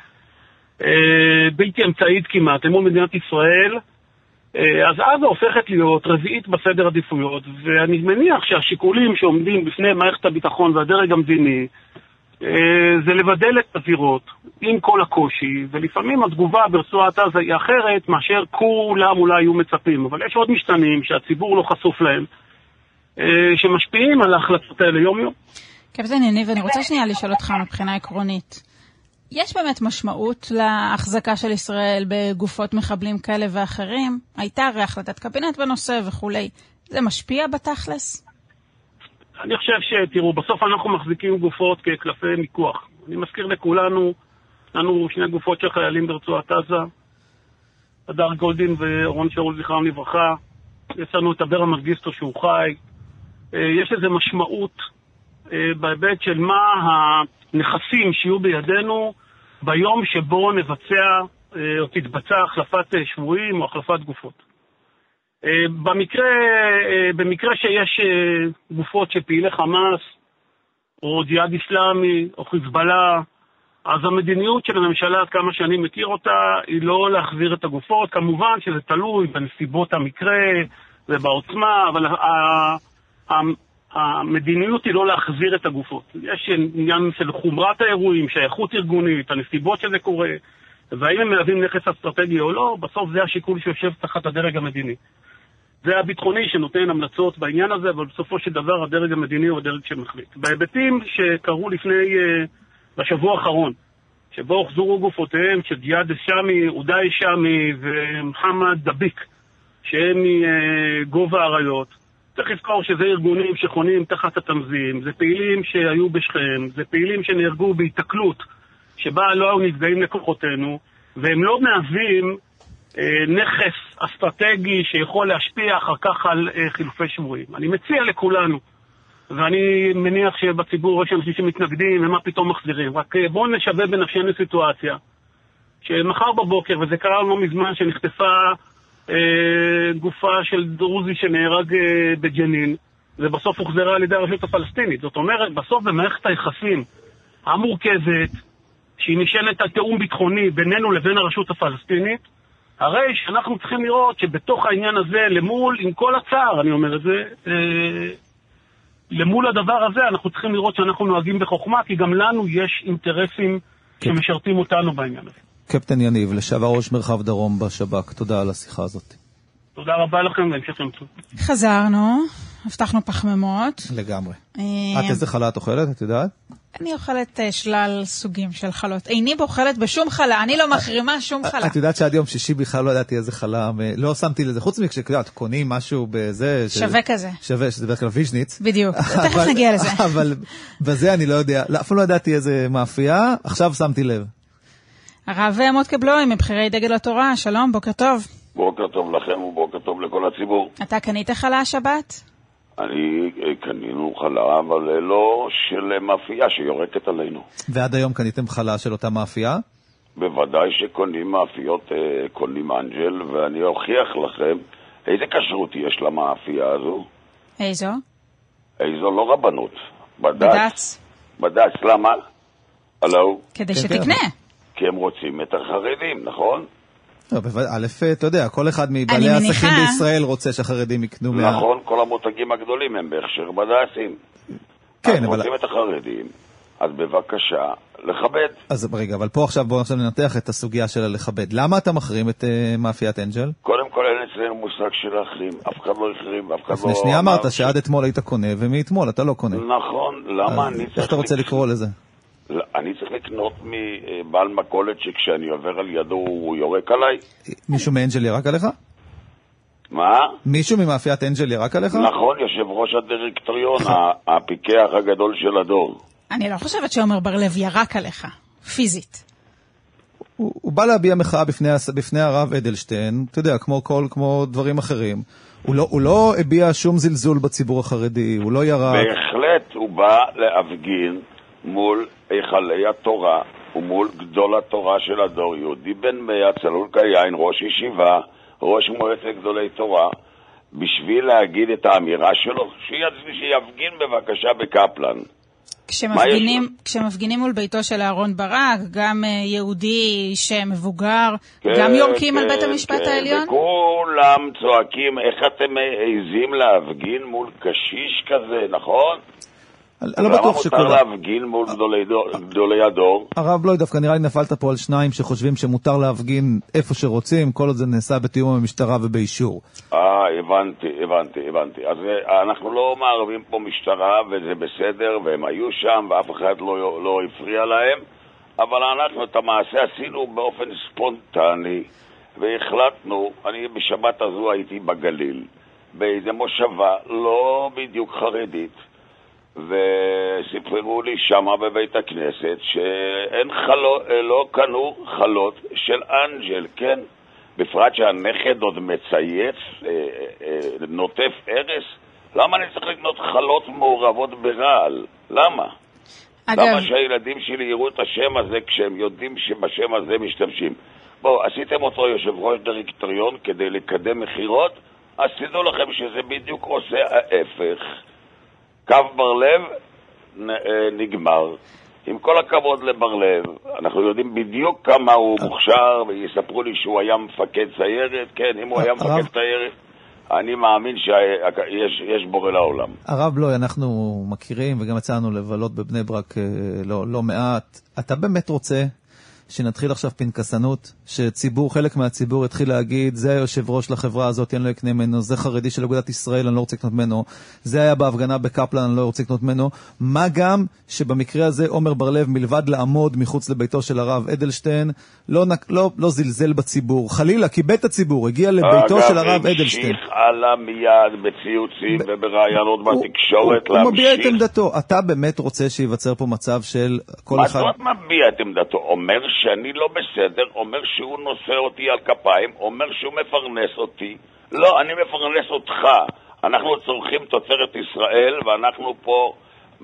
בלתי אמצעית כמעט, למול מדינת ישראל. אז עזה הופכת להיות רביעית בסדר עדיפויות, ואני מניח שהשיקולים שעומדים בפני מערכת הביטחון והדרג המדיני, זה לבדל את הזירות עם כל הקושי, ולפעמים התגובה ברצועת עזה היא אחרת מאשר כולם אולי היו מצפים, אבל יש עוד משתנים שהציבור לא חשוף להם, שמשפיעים על ההחלטות האלה יום יום. קפטן יניב, אני רוצה שנייה לשאול אותך מבחינה עקרונית. יש באמת משמעות להחזקה של ישראל בגופות מחבלים כאלה ואחרים? הייתה הרי החלטת קבינט בנושא וכולי. זה משפיע בתכלס? אני חושב שתראו, בסוף אנחנו מחזיקים גופות כקלפי מיקוח. אני מזכיר לכולנו, לנו שני גופות של חיילים ברצועת עזה, הדר גולדין ואורון שאול זכרם לברכה. יש לנו את אברה מנגיסטו שהוא חי. יש איזו משמעות בהיבט של מה הנכסים שיהיו בידינו ביום שבו נבצע או תתבצע החלפת שבויים או החלפת גופות. במקרה שיש גופות שפעילי חמאס או ג'יהאד אסלאמי או חיזבאללה, אז המדיניות של הממשלה, עד כמה שאני מכיר אותה, היא לא להחזיר את הגופות. כמובן שזה תלוי בנסיבות המקרה ובעוצמה, אבל המדיניות היא לא להחזיר את הגופות. יש עניין של חומרת האירועים, שייכות ארגונית, הנסיבות שזה קורה, והאם הם מהווים נכס אסטרטגי או לא, בסוף זה השיקול שיושב תחת הדרג המדיני. זה הביטחוני שנותן המלצות בעניין הזה, אבל בסופו של דבר הדרג המדיני הוא הדרג שמחליט. בהיבטים שקרו בשבוע האחרון, שבו הוחזרו גופותיהם של ג'יהאד א-שמי, עודאי שמי ומוחמד דביק, שהם מגובה האריות. צריך לזכור שזה ארגונים שחונים תחת התמזים, זה פעילים שהיו בשכם, זה פעילים שנהרגו בהתקלות, שבה לא היו נפגעים לכוחותינו, והם לא מהווים נכס אסטרטגי שיכול להשפיע אחר כך על חילופי שבויים. אני מציע לכולנו, ואני מניח שבציבור יש אנשים שמתנגדים, ומה פתאום מחזירים. רק בואו נשווה בנפשנו סיטואציה, שמחר בבוקר, וזה קרה לא מזמן, שנחטפה גופה של דרוזי שנהרג בג'נין, ובסוף הוחזרה על ידי הרשות הפלסטינית. זאת אומרת, בסוף במערכת היחסים המורכבת, שהיא נשענת על תאום ביטחוני בינינו לבין הרשות הפלסטינית, הרי שאנחנו צריכים לראות שבתוך העניין הזה, למול, עם כל הצער, אני אומר את זה, למול הדבר הזה אנחנו צריכים לראות שאנחנו נוהגים בחוכמה, כי גם לנו יש אינטרסים שמשרתים אותנו בעניין הזה. קפטן יניב, לשעבר ראש מרחב דרום בשב"כ, תודה על השיחה הזאת. תודה רבה לכם, והמשך יום טוב. חזרנו, הבטחנו פחמימות. לגמרי. את איזה חלה את אוכלת, את יודעת? אני אוכלת שלל סוגים של חלות. איני בוחלת בשום חלה, אני לא מחרימה שום חלה. את יודעת שעד יום שישי בכלל לא ידעתי איזה חלה, לא שמתי לזה, חוץ מכשאת קונים משהו בזה. שווה כזה. שווה, שזה בערך ויז'ניץ. בדיוק, תכף נגיע לזה. אבל בזה אני לא יודע, אף לא ידעתי איזה מאפייה, עכשיו שמתי לב. הרב מוטקה בלוי, מבחירי דגל התורה, שלום, בוקר טוב. בוקר טוב לכם ובוקר טוב לכל הציבור. אתה קנית חלה השבת? אני קנינו חלה, אבל לא של מאפייה שיורקת עלינו. ועד היום קניתם חלה של אותה מאפייה? בוודאי שקונים מאפיות, קונים אנג'ל, ואני אוכיח לכם איזה כשרות יש למאפייה הזו. איזו? איזו לא רבנות. בד"ץ. בד"ץ, למה? הלו? כדי שתקנה. כי הם רוצים את החרדים, נכון? א', אתה יודע, כל אחד מבעלי העסקים בישראל רוצה שהחרדים יקנו נכון, כל המותגים הגדולים הם בהכשר בד"צים. כן, אבל... רוצים את החרדים, אז בבקשה, לכבד. אז רגע, אבל פה עכשיו, בואו ננתח את הסוגיה של לכבד. למה אתה מחרים את מאפיית אנג'ל? קודם כל אין אצלנו מושג של להחרים, אף אחד לא החרים, אף אחד לא... לפני שנייה אמרת שעד אתמול היית קונה, ומאתמול אתה לא קונה. נכון, למה אני צריך... איך אתה רוצה לקרוא לזה? אני צריך לקנות מבעל מכולת שכשאני עובר על ידו הוא יורק עליי. מישהו מאנג'ל ירק עליך? מה? מישהו ממאפיית אנג'ל ירק עליך? נכון, יושב ראש הדירקטוריון, הפיקח הגדול של הדור. אני לא חושבת שעומר בר-לב ירק עליך, פיזית. הוא בא להביע מחאה בפני הרב אדלשטיין, אתה יודע, כמו דברים אחרים. הוא לא הביע שום זלזול בציבור החרדי, הוא לא ירק. בהחלט הוא בא להפגין מול היכלי התורה ומול גדול התורה של הדור, יהודי בן מאה, צלול קיין, ראש ישיבה, ראש מועצת גדולי תורה, בשביל להגיד את האמירה שלו, שיפגין בבקשה בקפלן. כשמפגינים מול ביתו של אהרון ברק, גם יהודי שמבוגר, גם יורקים על בית המשפט העליון? וכולם צועקים, איך אתם מעזים להפגין מול קשיש כזה, נכון? אני לא בטוח שכולם... למה מותר להפגין מול גדולי הדור? הרב בלוי, דווקא נראה לי נפלת פה על שניים שחושבים שמותר להפגין איפה שרוצים, כל עוד זה נעשה בתיאום המשטרה ובאישור. הבנתי. אז אנחנו לא מערבים פה משטרה וזה בסדר, והם היו שם ואף אחד לא הפריע להם, אבל אנחנו את המעשה עשינו באופן ספונטני, והחלטנו, אני בשבת הזו הייתי בגליל, באיזה מושבה לא בדיוק חרדית, וסיפרו לי שמה בבית הכנסת לא קנו חלות של אנג'ל, כן? בפרט שהנכד עוד מצייץ, נוטף ארס. למה אני צריך לקנות חלות מעורבות ברעל? למה? למה שהילדים שלי יראו את השם הזה כשהם יודעים שבשם הזה משתמשים? בואו, עשיתם אותו יושב ראש דירקטוריון כדי לקדם מחירות, אז תדעו לכם שזה בדיוק עושה ההפך. קו בר-לב נגמר. עם כל הכבוד לבר-לב, אנחנו יודעים בדיוק כמה הוא מוכשר, ויספרו לי שהוא היה מפקד סיירת, כן, אם הוא היה מפקד סיירת, אני מאמין שיש בורא לעולם. הרב בלוי, אנחנו מכירים וגם יצאנו לבלות בבני ברק לא מעט. אתה באמת רוצה שנתחיל עכשיו פנקסנות, שציבור, חלק מהציבור התחיל להגיד, זה היושב ראש לחברה הזאת, אני לא אקנה ממנו, זה חרדי של אגודת ישראל, אני לא רוצה לקנות ממנו, זה היה בהפגנה בקפלן, אני לא רוצה לקנות ממנו, מה גם שבמקרה הזה עומר בר-לב מלבד לעמוד מחוץ לביתו של הרב אדלשטיין, לא זלזל בציבור, חלילה, כיבד את הציבור, הגיע לביתו של הרב אדלשטיין. המשיך עלה מיד בציוצים וברעיונות בתקשורת הוא מביע את עמדתו. אתה באמת רוצה שיווצר פה מצב של כל אחד... מה זאת מביע את עמדתו? אומר שאני לא בסדר, אומר שהוא נושא אותי על כפיים, אומר שהוא מפרנס אותי. לא, אני מפרנס אותך. אנחנו צורכים תוצרת ישראל ואנחנו פה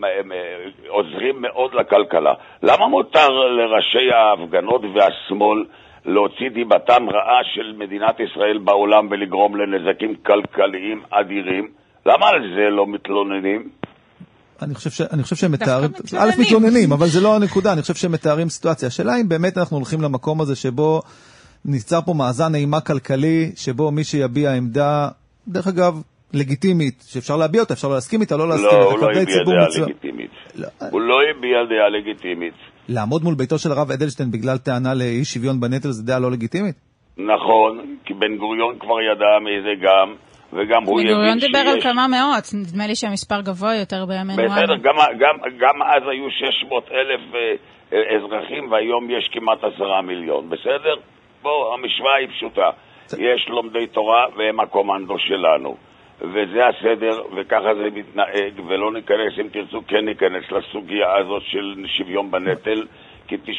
עוזרים מאוד לכלכלה. למה מותר לראשי ההפגנות והשמאל להוציא דיבתם רעה של מדינת ישראל בעולם ולגרום לנזקים כלכליים אדירים? למה על זה לא מתלוננים? אני חושב שהם מתארים, א' מתלוננים, אבל זה לא הנקודה, אני חושב שהם מתארים סיטואציה. השאלה אם באמת אנחנו הולכים למקום הזה שבו ניצר פה מאזן אימה כלכלי, שבו מי שיביע עמדה, דרך אגב, לגיטימית, שאפשר להביע אותה, אפשר להסכים איתה, לא להסכים איתה. לא, הוא לא הביע דעה לגיטימית. הוא לא הביע דעה לגיטימית. לעמוד מול ביתו של הרב אדלשטיין בגלל טענה לאי שוויון בנטל, זה דעה לא לגיטימית? נכון, כי בן גוריון כבר ידע מזה גם, וגם הוא יבין שיש... בן גוריון דיבר על כמה מאות, נדמה לי שהמספר גבוה יותר בימינו. בסדר, גם אז היו 600,000 אזרחים, והיום יש כמעט 10 מיליון, בסדר? בוא, המשוואה היא פשוטה. יש לומדי תורה והם הקומנדו שלנו. וזה הסדר, וככה זה מתנהג, ולא ניכנס, אם תרצו, כן ניכנס לסוגיה הזאת של שוויון בנטל, כי 90%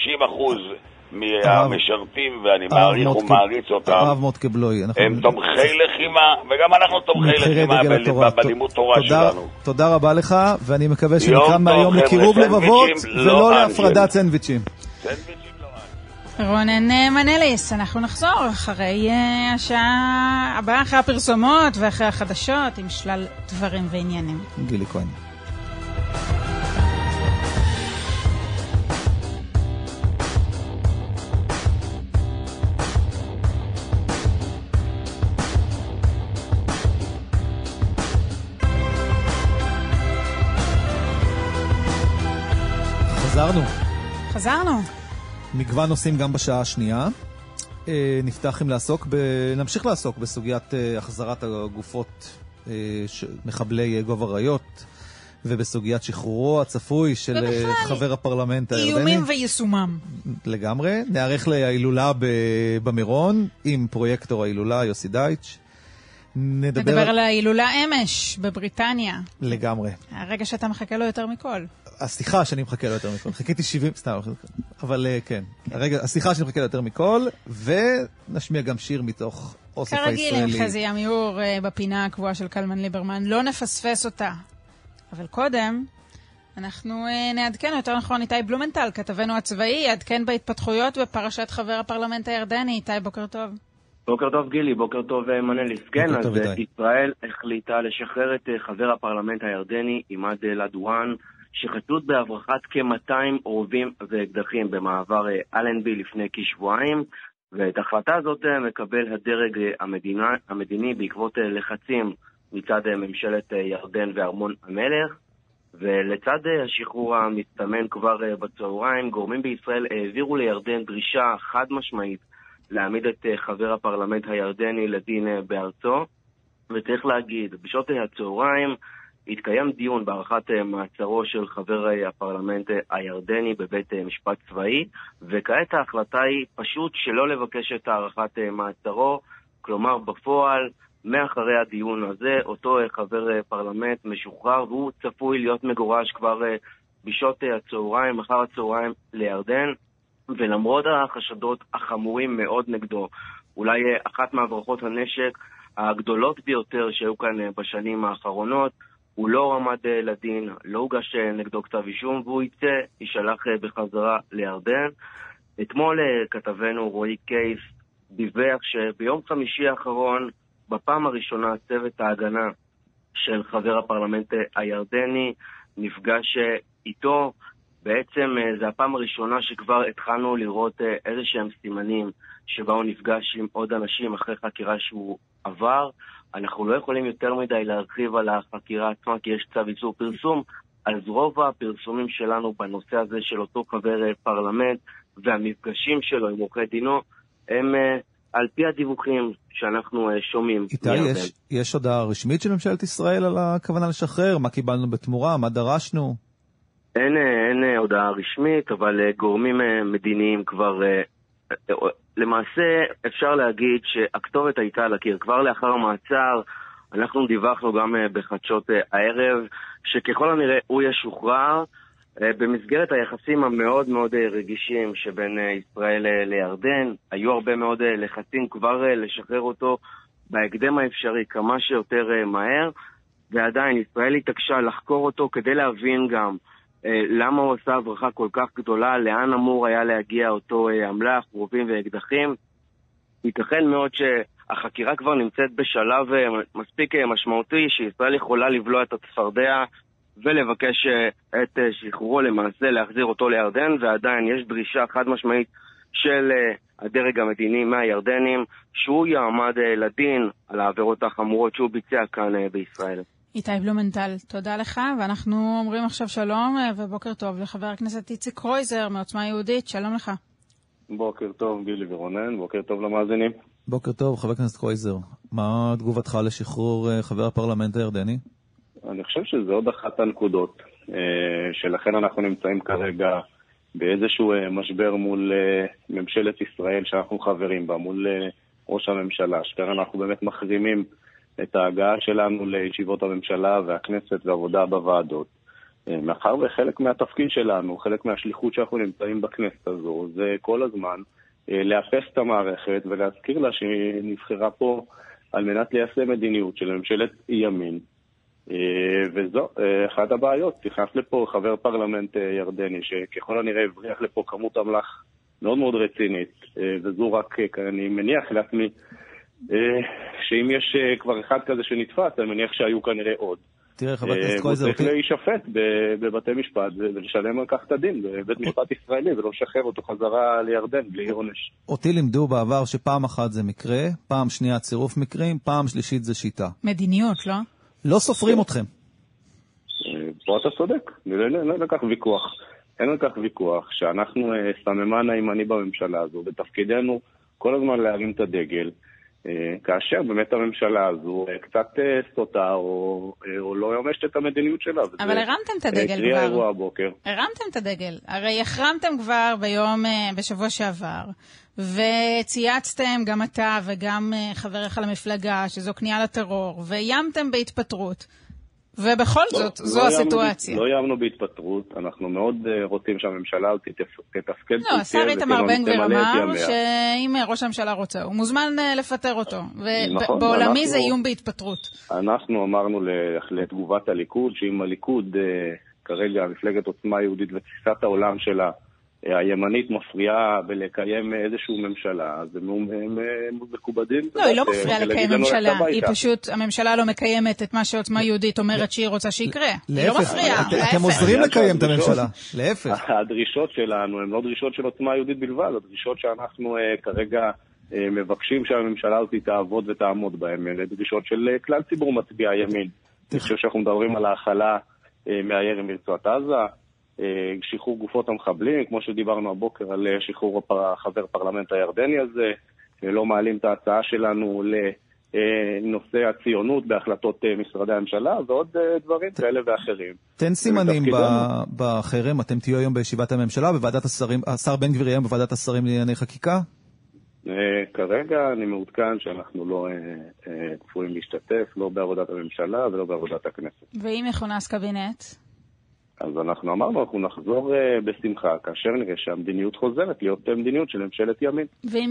מהמשרתים, ואני מעריך ומעריץ אותם, הם תומכי לחימה, וגם אנחנו תומכי לחימה בלימוד תורה שלנו. תודה רבה לך, ואני מקווה שנקרא מהיום לקירוב לבבות, ולא להפרדת סנדוויצ'ים. רונן מנליס, אנחנו נחזור אחרי השעה הבאה, אחרי הפרסומות ואחרי החדשות, עם שלל דברים ועניינים. גילי כהן. חזרנו. מגוון נושאים גם בשעה השנייה. נמשיך לעסוק בסוגיית החזרת הגופות מחבלי גוב אריות, ובסוגיית שחרורו הצפוי של חבר הפרלמנט הירדני. איומים ויישומם. לגמרי. נערך להילולה במירון עם פרויקטור ההילולה יוסי דייטש. נדבר על ההילולה אמש בבריטניה. לגמרי. הרגע שאתה מחכה לו יותר מכל. השיחה שאני מחכה לו יותר מכל. חיכיתי 70, סתם, אבל כן. השיחה שאני מחכה לו יותר מכל, ונשמיע גם שיר מתוך אוסף הישראלי. כרגיל עם חזי עמיור בפינה הקבועה של קלמן ליברמן, לא נפספס אותה. אבל קודם, אנחנו נעדכן, יותר נכון, איתי בלומנטל, כתבנו הצבאי, יעדכן בהתפתחויות בפרשת חבר הפרלמנט הירדני. איתי, בוקר טוב. בוקר טוב גילי, בוקר טוב מנליס. כן, אז ישראל החליטה לשחרר את חבר הפרלמנט הירדני עימאד אלעדואן, שחשוד בהברחת כ-200 רובים ואקדחים במעבר אלנבי לפני כשבועיים, ואת ההחלטה הזאת מקבל הדרג המדיני בעקבות לחצים מצד ממשלת ירדן וארמון המלך, ולצד השחרור המסתמן כבר בצהריים, גורמים בישראל העבירו לירדן דרישה חד משמעית להעמיד את חבר הפרלמנט הירדני לדין בארצו, וצריך להגיד, בשעות הצהריים התקיים דיון בערכת מעצרו של חבר הפרלמנט הירדני בבית משפט צבאי, וכעת ההחלטה היא פשוט שלא לבקש את הערכת מעצרו, כלומר בפועל, מאחרי הדיון הזה, אותו חבר פרלמנט משוחרר, והוא צפוי להיות מגורש כבר בשעות הצהריים, מחר הצהריים לירדן, ולמרות החשדות החמורים מאוד נגדו, אולי אחת מהברחות הנשק הגדולות ביותר שהיו כאן בשנים האחרונות, הוא לא עמד לדין, לא הוגש נגדו כתב אישום, והוא יישלח בחזרה לירדן. אתמול כתבנו רועי קייס דיווח שביום חמישי האחרון, בפעם הראשונה צוות ההגנה של חבר הפרלמנט הירדני נפגש איתו. בעצם זה הפעם הראשונה שכבר התחלנו לראות איזה שהם סימנים שבה הוא נפגש עם עוד אנשים אחרי חקירה שהוא עבר. אנחנו לא יכולים יותר מדי להרחיב על החקירה עצמה, כי יש צו איסור פרסום, אז רוב הפרסומים שלנו בנושא הזה של אותו חבר פרלמנט, והמפגשים שלו עם עורכי דינו, הם על פי הדיווחים שאנחנו שומעים. איתי, יש הודעה רשמית של ממשלת ישראל על הכוונה לשחרר? מה קיבלנו בתמורה? מה דרשנו? אין הודעה רשמית, אבל גורמים מדיניים כבר, למעשה אפשר להגיד שהכתובת הייתה על הקיר. כבר לאחר המעצר, אנחנו דיווחנו גם בחדשות הערב, שככל הנראה הוא ישוחרר, במסגרת היחסים המאוד מאוד רגישים שבין ישראל לירדן. היו הרבה מאוד לחצים כבר לשחרר אותו בהקדם האפשרי כמה שיותר מהר, ועדיין ישראל התעקשה לחקור אותו כדי להבין גם למה הוא עושה הברחה כל כך גדולה, לאן אמור היה להגיע אותו אמל"ח, רובים ואקדחים. ייתכן מאוד שהחקירה כבר נמצאת בשלב מספיק משמעותי, שישראל יכולה לבלוע את הצפרדע ולבקש את שחרורו, למעשה להחזיר אותו לירדן, ועדיין יש דרישה חד משמעית של הדרג המדיני מהירדנים שהוא יעמד לדין על העבירות החמורות שהוא ביצע כאן בישראל. איתי בלומנטל, תודה לך, ואנחנו אומרים עכשיו שלום ובוקר טוב לחבר הכנסת איציק קרויזר מעוצמה יהודית. שלום לך. בוקר טוב גילי ורונן, בוקר טוב למאזינים. בוקר טוב חבר הכנסת קרויזר, מה תגובתך לשחרור חבר הפרלמנט הירדני? אני חושב שזה עוד אחת הנקודות, שלכן אנחנו נמצאים כרגע באיזשהו משבר מול ממשלת ישראל שאנחנו חברים בה, מול ראש הממשלה, שכן אנחנו באמת מחרימים את ההגעה שלנו לישיבות הממשלה והכנסת ועבודה בוועדות. מאחר וחלק מהתפקיד שלנו, חלק מהשליחות שאנחנו נמצאים בכנסת הזו, זה כל הזמן לאפס את המערכת ולהזכיר לה שהיא נבחרה פה על מנת ליישם מדיניות של ממשלת ימין. וזו אחת הבעיות. תכנס לפה חבר פרלמנט ירדני שככל הנראה הבריח לפה כמות אמל"ח מאוד מאוד רצינית, וזו רק, אני מניח לעצמי שאם יש כבר אחד כזה שנתפס, אני מניח שהיו כנראה עוד. תראה חבר הכנסת קרויזר, הוא צריך להישפט בבתי משפט ולשלם על כך את הדין בבית משפט ישראלי, ולא לשחרר אותו חזרה לירדן בלי עונש. אותי לימדו בעבר שפעם אחת זה מקרה, פעם שנייה צירוף מקרים, פעם שלישית זה שיטה. מדיניות, לא? לא סופרים אתכם. פה אתה צודק, לא לקח ויכוח. אין לקח ויכוח שאנחנו סממן הימני בממשלה הזו, ותפקידנו כל הזמן להרים את הדגל, כאשר באמת הממשלה הזו קצת סוטה או לא ימשת את המדיניות שלה. אבל הרמתם את הדגל כבר. הרמתם את הדגל. הרי החרמתם כבר בשבוע שעבר, וצייצתם גם אתה וגם חבריך למפלגה שזו כניעה לטרור, ואיימתם בהתפטרות. ובכל זאת, זו הסיטואציה. לא יאמנו בהתפטרות, אנחנו מאוד רוצים שהממשלה תתפקד. לא, השר איתמר בן גביר אמר שאם ראש הממשלה רוצה, הוא מוזמן לפטר אותו, ובעולמי זה איום בהתפטרות. אנחנו אמרנו לתגובת הליכוד, שאם הליכוד, כרגע מפלגת עוצמה יהודית ותפיסת העולם שלה, הימנית מפריעה בלקיים איזשהו ממשלה, אז הם מקובדים. לא, היא לא מפריעה לקיים ממשלה, היא פשוט, הממשלה לא מקיימת את מה שעוצמה יהודית אומרת שהיא רוצה שיקרה. היא לא מפריעה. אתם עוזרים לקיים את הממשלה, להפך. הדרישות שלנו הן לא דרישות של עוצמה יהודית בלבד, הדרישות שאנחנו כרגע מבקשים שהממשלה הזאת תעבוד ותעמוד בהן, אלה דרישות של כלל ציבור מצביע הימין. אני חושב שאנחנו מדברים על ההחלה מהירי מרצועת עזה, שחרור גופות המחבלים, כמו שדיברנו הבוקר על שחרור חבר פרלמנט הירדני הזה, לא מעלים את ההצעה שלנו לנושא הציונות בהחלטות משרדי הממשלה, ועוד דברים כאלה ואחרים. תן סימנים בחרם, אתם תהיו היום בישיבת הממשלה, בוועדת השרים, השר בן גביר היום בוועדת השרים לענייני חקיקה? כרגע אני מעודכן שאנחנו לא צפויים להשתתף, לא בעבודת הממשלה ולא בעבודת הכנסת. ואם יכונס קבינט? אז אנחנו אמרנו, אנחנו נחזור בשמחה, כאשר נראה שהמדיניות חוזרת להיות מדיניות של ממשלת ימין. ואם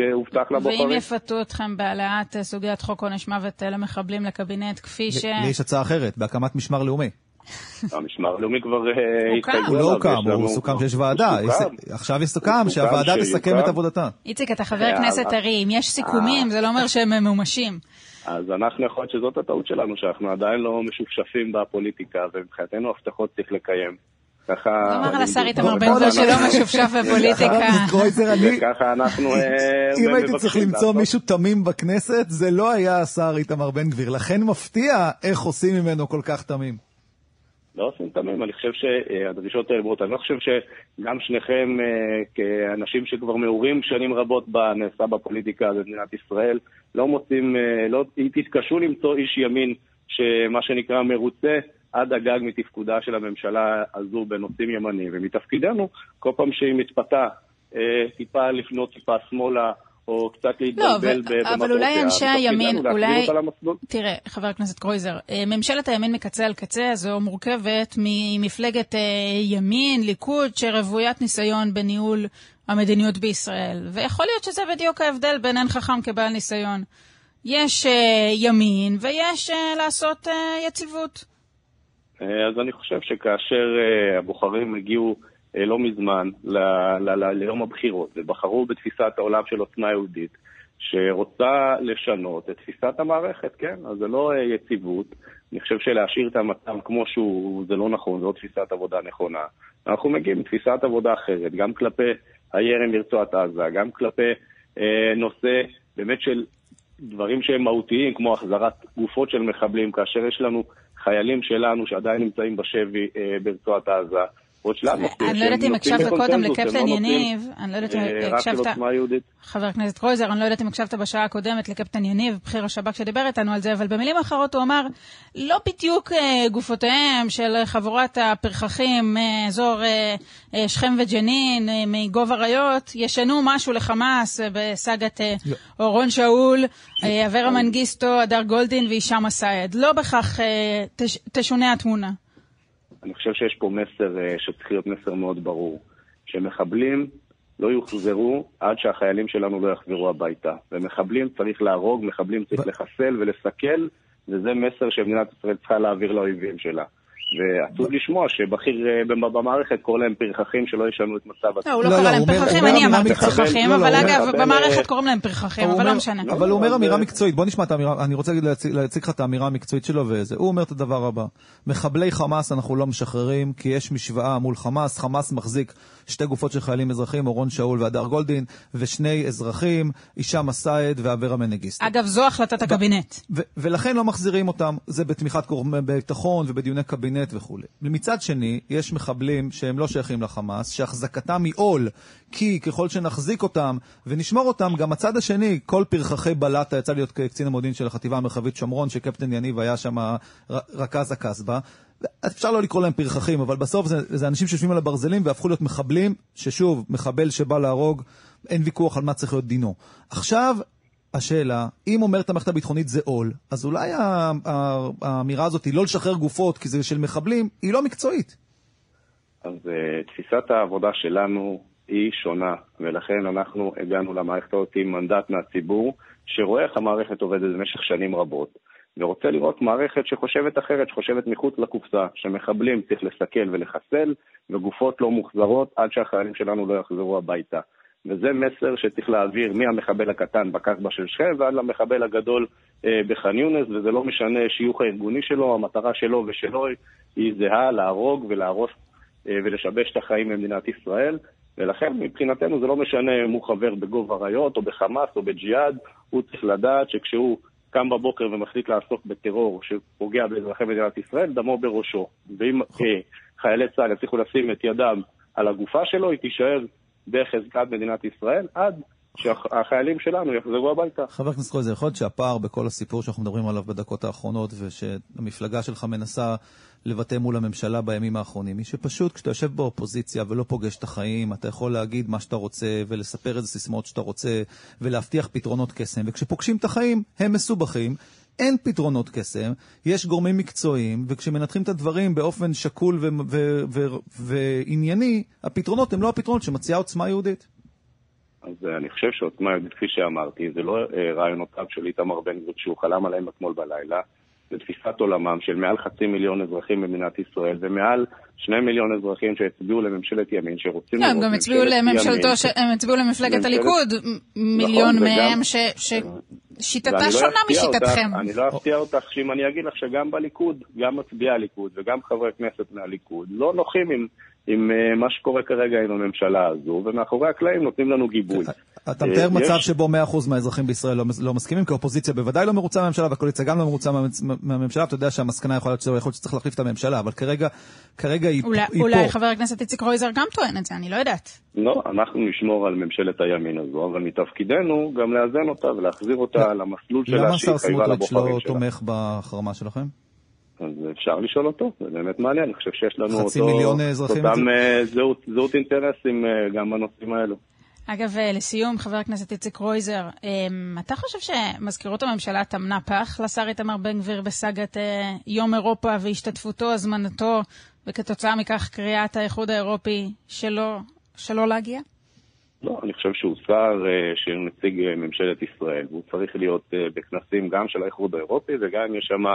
יפתו אתכם בהעלאת סוגיית חוק עונש מוות למחבלים לקבינט, כפי ש... לי יש הצעה אחרת, בהקמת משמר לאומי. המשמר הלאומי כבר הוא לא הוקם, הוא סוכם שיש ועדה. עכשיו יש סוכם שהוועדה תסכם את עבודתה. איציק, אתה חבר כנסת ערי, אם יש סיכומים, זה לא אומר שהם ממומשים. אז אנחנו יכול להיות שזאת הטעות שלנו, שאנחנו עדיין לא משופשפים בפוליטיקה, ומבחינתנו הבטחות צריך לקיים. ככה... אמר על השר איתמר בן גביר שלא משופשף בפוליטיקה. וככה אנחנו... אם הייתי צריך למצוא מישהו תמים בכנסת, זה לא היה השר איתמר בן גביר. לכן מפתיע איך עושים ממנו כל כך תמים. לא עושים תמים, אני חושב שהדרישות האלה ברורות. אני לא חושב שגם שניכם, כאנשים שכבר מעורים שנים רבות נעשה בפוליטיקה במדינת ישראל, לא מוצאים, תתקשו למצוא איש ימין שמה שנקרא מרוצה עד הגג מתפקודה של הממשלה הזו בנושאים ימניים. ומתפקידנו, כל פעם שהיא מתפתה, טיפה לפנות, טיפה שמאלה, או קצת להתבלבל במטרותיה. אבל אולי אנשי הימין, תראה, חבר הכנסת קרויזר, ממשלת הימין מקצה על קצה הזו מורכבת ממפלגת ימין, ליכוד, שרוויית ניסיון בניהול המדיניות בישראל. ויכול להיות שזה בדיוק ההבדל בין אין חכם כבעל ניסיון. יש ימין ויש לעשות יציבות. אז אני חושב שכאשר הבוחרים הגיעו לא מזמן ליום הבחירות, ובחרו בתפיסת העולם של עוצמה יהודית, שרוצה לשנות את תפיסת המערכת, כן? אז זה לא יציבות. אני חושב שלהשאיר את המצב כמו שהוא, זה לא נכון, זו לא תפיסת עבודה נכונה. אנחנו מגיעים לתפיסת עבודה אחרת, גם כלפי הירי מרצועת עזה, גם כלפי נושא באמת של דברים שהם מהותיים, כמו החזרת גופות של מחבלים, כאשר יש לנו חיילים שלנו שעדיין נמצאים בשבי ברצועת עזה, אני לא יודעת אם הקשבת קודם לקפטן יניב, אני לא יודעת אם הקשבת, חבר הכנסת קרויזר, אני לא יודעת אם הקשבת בשעה הקודמת לקפטן יניב, בכיר השב"כ שדיבר איתנו על זה, אבל במילים אחרות הוא אמר, לא בדיוק גופותיהם של חבורת הפרחחים מאזור שכם וג'נין, מגוב אריות, ישנו משהו לחמאס בסגת אורון שאול, אברה מנגיסטו, הדר גולדין ואישם הסייד. לא בכך תשונה התמונה. אני חושב שיש פה מסר שצריך להיות מסר מאוד ברור, שמחבלים לא יוחזרו עד שהחיילים שלנו לא יחזרו הביתה. ומחבלים צריך להרוג, מחבלים צריך לחסל ולסכל, וזה מסר שמדינת ישראל צריכה להעביר לאויבים שלה. ועצוב לשמוע שבכיר במערכת קורא להם פרחחים שלא ישנו את מצב לא, הוא לא קורא להם פרחחים, אני אמרתי פרחחים, אבל אגב, במערכת קוראים להם פרחחים, אבל לא משנה. אבל הוא אומר אמירה מקצועית, בוא נשמע את האמירה, אני רוצה להציג לך את האמירה המקצועית שלו וזה. הוא אומר את הדבר הבא, מחבלי חמאס אנחנו לא משחררים, כי יש משוואה מול חמאס, חמאס מחזיק שתי גופות של חיילים אזרחים, אורון שאול והדר גולדין, ושני אזרחים, אישם הסייד ואברה מנגיסטו. אגב, זו החלטת הקבינט. ולכן לא מחזירים אותם, זה בתמיכת גורמי ביטחון ובדיוני קבינט וכו'. מצד שני, יש מחבלים שהם לא שייכים לחמאס, שהחזקתם היא עול, כי ככל שנחזיק אותם ונשמור אותם, גם הצד השני, כל פרחחי בלטה, יצא להיות קצין המודיעין של החטיבה המרחבית שומרון, שקפטן יניב היה שם רכז הקסבה, אפשר לא לקרוא להם פרחחים, אבל בסוף זה אנשים שיושבים על הברזלים והפכו להיות מחבלים, ששוב, מחבל שבא להרוג, אין ויכוח על מה צריך להיות דינו. עכשיו, השאלה, אם אומרת המערכת הביטחונית זה עול, אז אולי האמירה הזאת היא לא לשחרר גופות, כי זה של מחבלים, היא לא מקצועית. אז תפיסת העבודה שלנו היא שונה, ולכן אנחנו הגענו למערכת הזאת עם מנדט מהציבור, שרואה איך המערכת עובדת במשך שנים רבות. ורוצה לראות מערכת שחושבת אחרת, שחושבת מחוץ לקופסה, שמחבלים צריך לסכל ולחסל, וגופות לא מוחזרות עד שהחיילים שלנו לא יחזרו הביתה. וזה מסר שצריך להעביר מהמחבל הקטן בקסבה של שכם ועד למחבל הגדול בח'אן יונס, וזה לא משנה שיוך הארגוני שלו, המטרה שלו ושלו היא זהה להרוג ולהרוס ולשבש את החיים במדינת ישראל, ולכן מבחינתנו זה לא משנה אם הוא חבר בגוב אריות או בחמאס או בג'יהאד, הוא צריך לדעת שכשהוא קם בבוקר ומחליט לעסוק בטרור שפוגע באזרחי מדינת ישראל, דמו בראשו. ואם חיילי צה"ל יצליחו לשים את ידם על הגופה שלו, היא תישאר בחזקת מדינת ישראל עד שהחיילים שלנו יחזרו הביתה. חבר הכנסת קרויזר, יכול להיות שהפער בכל הסיפור שאנחנו מדברים עליו בדקות האחרונות, ושהמפלגה שלך מנסה לבטא מול הממשלה בימים האחרונים, היא שפשוט כשאתה יושב באופוזיציה ולא פוגש את החיים, אתה יכול להגיד מה שאתה רוצה ולספר איזה סיסמאות שאתה רוצה ולהבטיח פתרונות קסם, וכשפוגשים את החיים הם מסובכים, אין פתרונות קסם, יש גורמים מקצועיים, וכשמנתחים את הדברים באופן שקול וענייני, הפתרונות הם לא הפתרונות שמציעה עוצמה יהודית. אז אני חושב שעוצמה יהודית, כפי שאמרתי, זה לא רעיונותיו של איתמר בן גביר שהוא חלם עליהם אתמול בלילה, זה תפיסת עולמם של מעל 500,000 אזרחים במדינת ישראל, ומעל 2 מיליון אזרחים שהצביעו לממשלת ימין, שרוצים... הם גם הם הצביעו למפלגת הליכוד, מיליון מהם שיטתה שונה משיטתכם. אני לא אפתיע אותך שאם אני אגיד לך שגם בליכוד, גם מצביעי הליכוד וגם חברי כנסת מהליכוד, לא נוחים עם עם מה שקורה כרגע עם הממשלה הזו, ומאחורי הקלעים נותנים לנו גיבוי. אתה מתאר מצב שבו 100% מהאזרחים בישראל לא מסכימים, כי האופוזיציה בוודאי לא מרוצה מהממשלה, והקואליציה גם לא מרוצה מהממשלה, אתה יודע שהמסקנה יכולה להיות שצריך להחליף את הממשלה, אבל כרגע היא פה. אולי חבר הכנסת איציק קרויזר גם טוען את זה, אני לא יודעת. לא, אנחנו נשמור על ממשלת הימין הזו, אבל מתפקידנו גם לאזן אותה ולהחזיר אותה למסלול שלה שהיא חייבה לבוחרים שלה. למה שר סמוטריץ' לא תומך בחרמה שלכם? אז אפשר לשאול אותו, זה באמת מעניין, אני חושב שיש לנו אותם זהות אינטרסים גם בנושאים האלו. אגב, לסיום, חבר הכנסת איציק קרויזר, אתה חושב שמזכירות הממשלה תמנה פח לשר איתמר בן גביר בסגת יום אירופה והשתתפותו, הזמנתו, וכתוצאה מכך קריאת האיחוד האירופי שלא להגיע? לא, אני חושב שהוא שר שנציג ממשלת ישראל, והוא צריך להיות בכנסים גם של האיחוד האירופי, וגם יש שם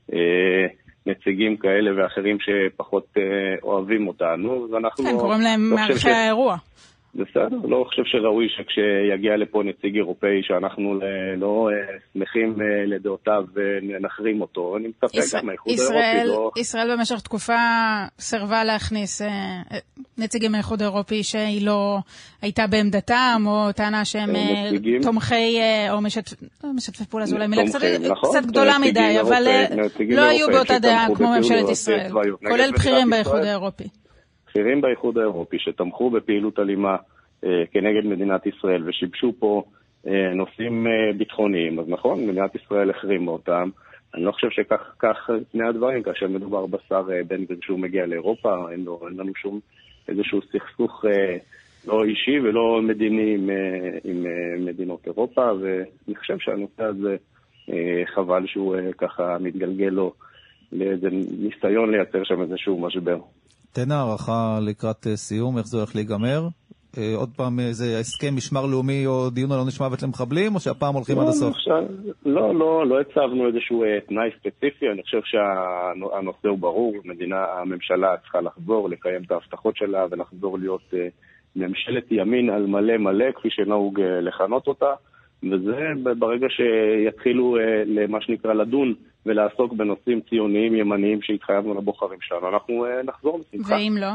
נציגים כאלה ואחרים שפחות אוהבים אותנו, ואנחנו... כן, קוראים להם מערכי האירוע. בסדר, לא חושב שראוי שכשיגיע לפה נציג אירופאי שאנחנו לא שמחים לדעותיו ונחרים אותו, אני מצפה גם מהאיחוד האירופי. ישראל במשך תקופה סרבה להכניס נציגים מהאיחוד האירופי שהיא לא הייתה בעמדתם, או טענה שהם תומכי, או משתפי פעולה, זו אולי מילה קצת גדולה מדי, אבל לא היו באותה דעה כמו ממשלת ישראל, כולל בכירים באיחוד האירופי. בכירים באיחוד האירופי שתמכו בפעילות אלימה כנגד מדינת ישראל ושיבשו פה נושאים ביטחוניים, אז נכון, מדינת ישראל החרימה אותם. אני לא חושב שכך פני הדברים, כאשר מדובר בשר בן גביר שהוא מגיע לאירופה, אין לנו שום איזשהו סכסוך לא אישי ולא מדיני עם מדינות אירופה, ואני חושב שהנושא הזה חבל שהוא ככה מתגלגל לו לאיזה ניסיון לייצר שם איזשהו משבר. תן הערכה לקראת סיום, איך זה הולך להיגמר? עוד פעם איזה הסכם משמר לאומי או דיון על עונש מוות למחבלים, או שהפעם הולכים עד הסוף? לא הצבנו איזשהו תנאי ספציפי, אני חושב שהנושא הוא ברור, הממשלה צריכה לחזור, לקיים את ההבטחות שלה ולחזור להיות ממשלת ימין על מלא מלא, כפי שנהוג לכנות אותה, וזה ברגע שיתחילו למה שנקרא לדון ולעסוק בנושאים ציוניים ימניים שהתחייבנו לבוחרים שלנו, אנחנו נחזור בשמחה. ואם לא?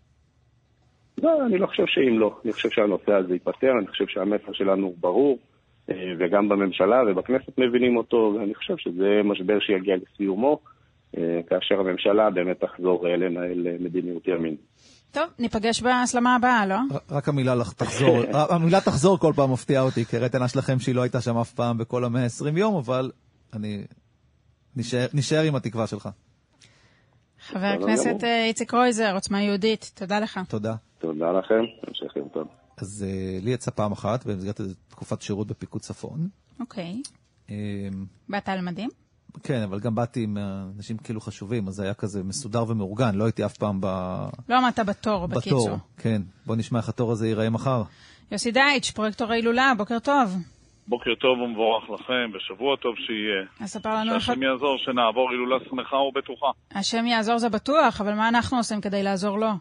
לא, אני לא חושב שאם לא. אני חושב שהנושא הזה ייפטר, אני חושב שהמסר שלנו ברור, וגם בממשלה ובכנסת מבינים אותו, ואני חושב שזה משבר שיגיע לסיומו, כאשר הממשלה באמת תחזור לנהל מדיניות ימין. טוב, ניפגש בהסלמה הבאה, לא? רק המילה תחזור. המילה תחזור כל פעם מפתיעה אותי, כי הראית שלכם שהיא לא הייתה שם אף פעם בכל 120 יום, אבל אני נשאר עם התקווה שלך. חבר הכנסת איציק קרויזר, עוצמה יהודית, תודה לך. תודה. תודה לכם, המשך יום טוב. אז לי יצא פעם אחת, במסגרת תקופת שירות בפיקוד צפון. אוקיי. באת על מדים? כן, אבל גם באתי עם אנשים כאילו חשובים, אז זה היה כזה מסודר ומאורגן, לא הייתי אף פעם לא עמדת בתור, בקיצור. בתור, כן. בוא נשמע איך התור הזה ייראה מחר. יוסי דייץ', פרויקטור ההילולה, בוקר טוב. בוקר טוב ומבורך לכם, ושבוע טוב שיהיה. אז ספר לנו איך... שהשם יעזור, שנעבור הילולה שמחה ובטוחה. השם יעזור זה בטוח, אבל מה אנחנו עושים כדי לעזור לו?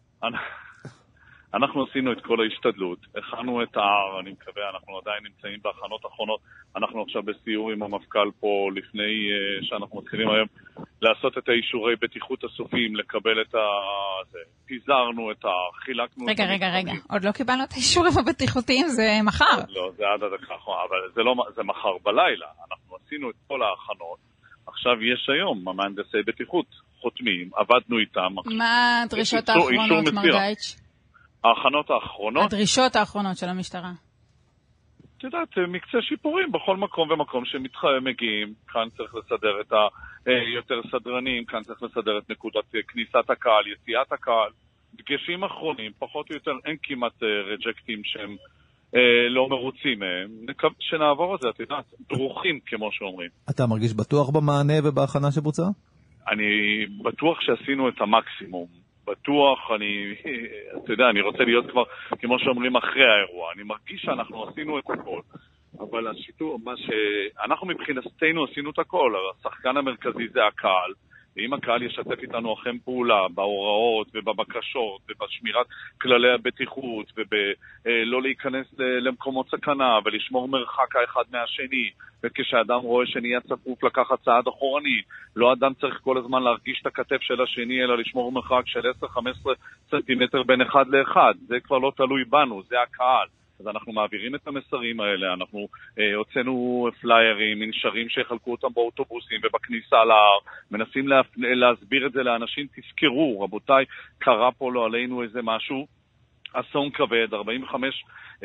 אנחנו עשינו את כל ההשתדלות, הכנו את ההר, אני מקווה, אנחנו עדיין נמצאים בהכנות האחרונות, אנחנו עכשיו בסיור עם המפכ"ל פה לפני שאנחנו מתחילים היום לעשות את האישורי בטיחות הסופיים, לקבל את זה, פיזרנו את ההר, חילקנו... רגע, עוד לא קיבלנו את האישורים הבטיחותיים, זה מחר. לא, זה עד הדקה, אבל זה מחר בלילה, אנחנו עשינו את כל ההכנות, עכשיו יש היום המהנדסי בטיחות חותמים, עבדנו איתם. מה הדרישות האחרונות, מר דייץ'? ההכנות האחרונות. הדרישות האחרונות של המשטרה. את יודעת, מקצה שיפורים בכל מקום ומקום שמגיעים. כאן צריך לסדר את יותר סדרנים, כאן צריך לסדר את נקודת כניסת הקהל, יציאת הקהל. דגשים אחרונים, פחות או יותר אין כמעט רג'קטים שהם לא מרוצים מהם. שנעבור על זה, את יודעת, דרוכים כמו שאומרים. אתה מרגיש בטוח במענה ובהכנה שבוצע? אני בטוח שעשינו את המקסימום. בטוח, אתה יודע, אני רוצה להיות כבר, כמו שאומרים, אחרי האירוע. אני מרגיש שאנחנו עשינו את הכל, אבל השיטור, אנחנו מבחינתנו עשינו את הכל. השחקן המרכזי זה הקהל, ואם הקהל ישתף איתנו אכן פעולה בהוראות ובבקשות ובשמירת כללי הבטיחות ובלא להיכנס למקומות סכנה ולשמור מרחק האחד מהשני, וכשאדם רואה שנהיה צפוף לקחת צעד אחורני, לא אדם צריך כל הזמן להרגיש את הכתף של השני, אלא לשמור מרחק של 10-15 סנטימטר בין אחד לאחד. זה כבר לא תלוי בנו, זה הקהל. אז אנחנו מעבירים את המסרים האלה, אנחנו הוצאנו פליירים, מנשרים שיחלקו אותם באוטובוסים ובכניסה להר, מנסים להסביר את זה לאנשים, תזכרו, רבותיי, קרה פה לא עלינו איזה משהו, אסון כבד, 45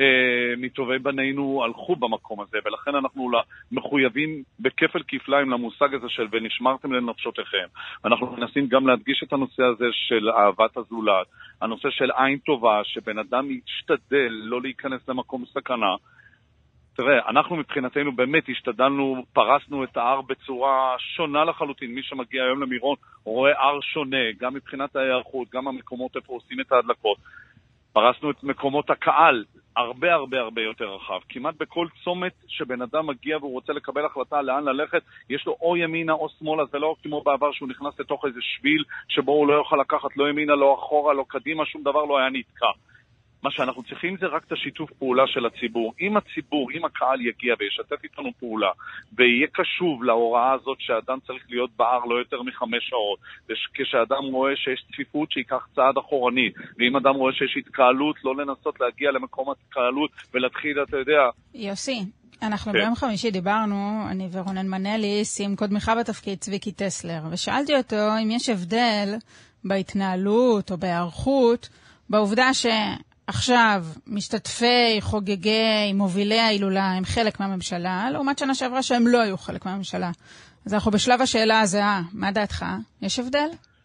מטובי בנינו הלכו במקום הזה, ולכן אנחנו מחויבים בכפל כפליים למושג הזה של ונשמרתם לנפשותיכם. אנחנו מנסים גם להדגיש את הנושא הזה של אהבת הזולת, הנושא של עין טובה, שבן אדם ישתדל לא להיכנס למקום סכנה. תראה, אנחנו מבחינתנו באמת השתדלנו, פרסנו את ההר בצורה שונה לחלוטין. מי שמגיע היום למירון רואה הר שונה, גם מבחינת ההיערכות, גם המקומות איפה עושים את ההדלקות. פרסנו את מקומות הקהל הרבה הרבה הרבה יותר רחב. כמעט בכל צומת שבן אדם מגיע והוא רוצה לקבל החלטה לאן ללכת, יש לו או ימינה או שמאלה, זה לא כמו בעבר שהוא נכנס לתוך איזה שביל שבו הוא לא יוכל לקחת לא ימינה, לא אחורה, לא קדימה, שום דבר לא היה נתקע. מה שאנחנו צריכים זה רק את השיתוף פעולה של הציבור. אם הציבור, אם הקהל יגיע וישתף איתנו פעולה, ויהיה קשוב להוראה הזאת שאדם צריך להיות בהר לא יותר מ5 שעות, וכשאדם רואה שיש צפיפות שיקח צעד אחורני, ואם אדם רואה שיש התקהלות, לא לנסות להגיע למקום התקהלות ולהתחיל, אתה יודע... יוסי, אנחנו ביום חמישי דיברנו, אני ורונן מנליס, עם קודמך בתפקיד צביקי טסלר, ושאלתי אותו אם יש הבדל בהתנהלות או בהיערכות, בעובדה עכשיו משתתפי חוגגי מובילי ההילולה הם חלק מהממשלה, לעומת שנה שעברה שהם לא היו חלק מהממשלה. אז אנחנו בשלב השאלה הזהה. מה דעתך? יש הבדל?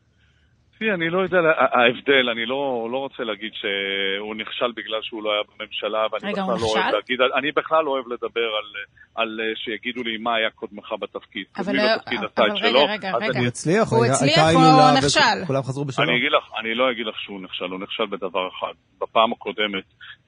אני לא יודע, ההבדל, אני לא רוצה להגיד שהוא נכשל בגלל שהוא לא היה בממשלה, ואני בכלל לא אוהב להגיד, אני בכלל לא אוהב לדבר על שיגידו לי מה היה קודמך בתפקיד. אבל רגע, הוא הצליח או נכשל? כולם חזרו בשלום. אני לא אגיד לך שהוא נכשל, הוא נכשל בדבר אחד. בפעם הקודמת,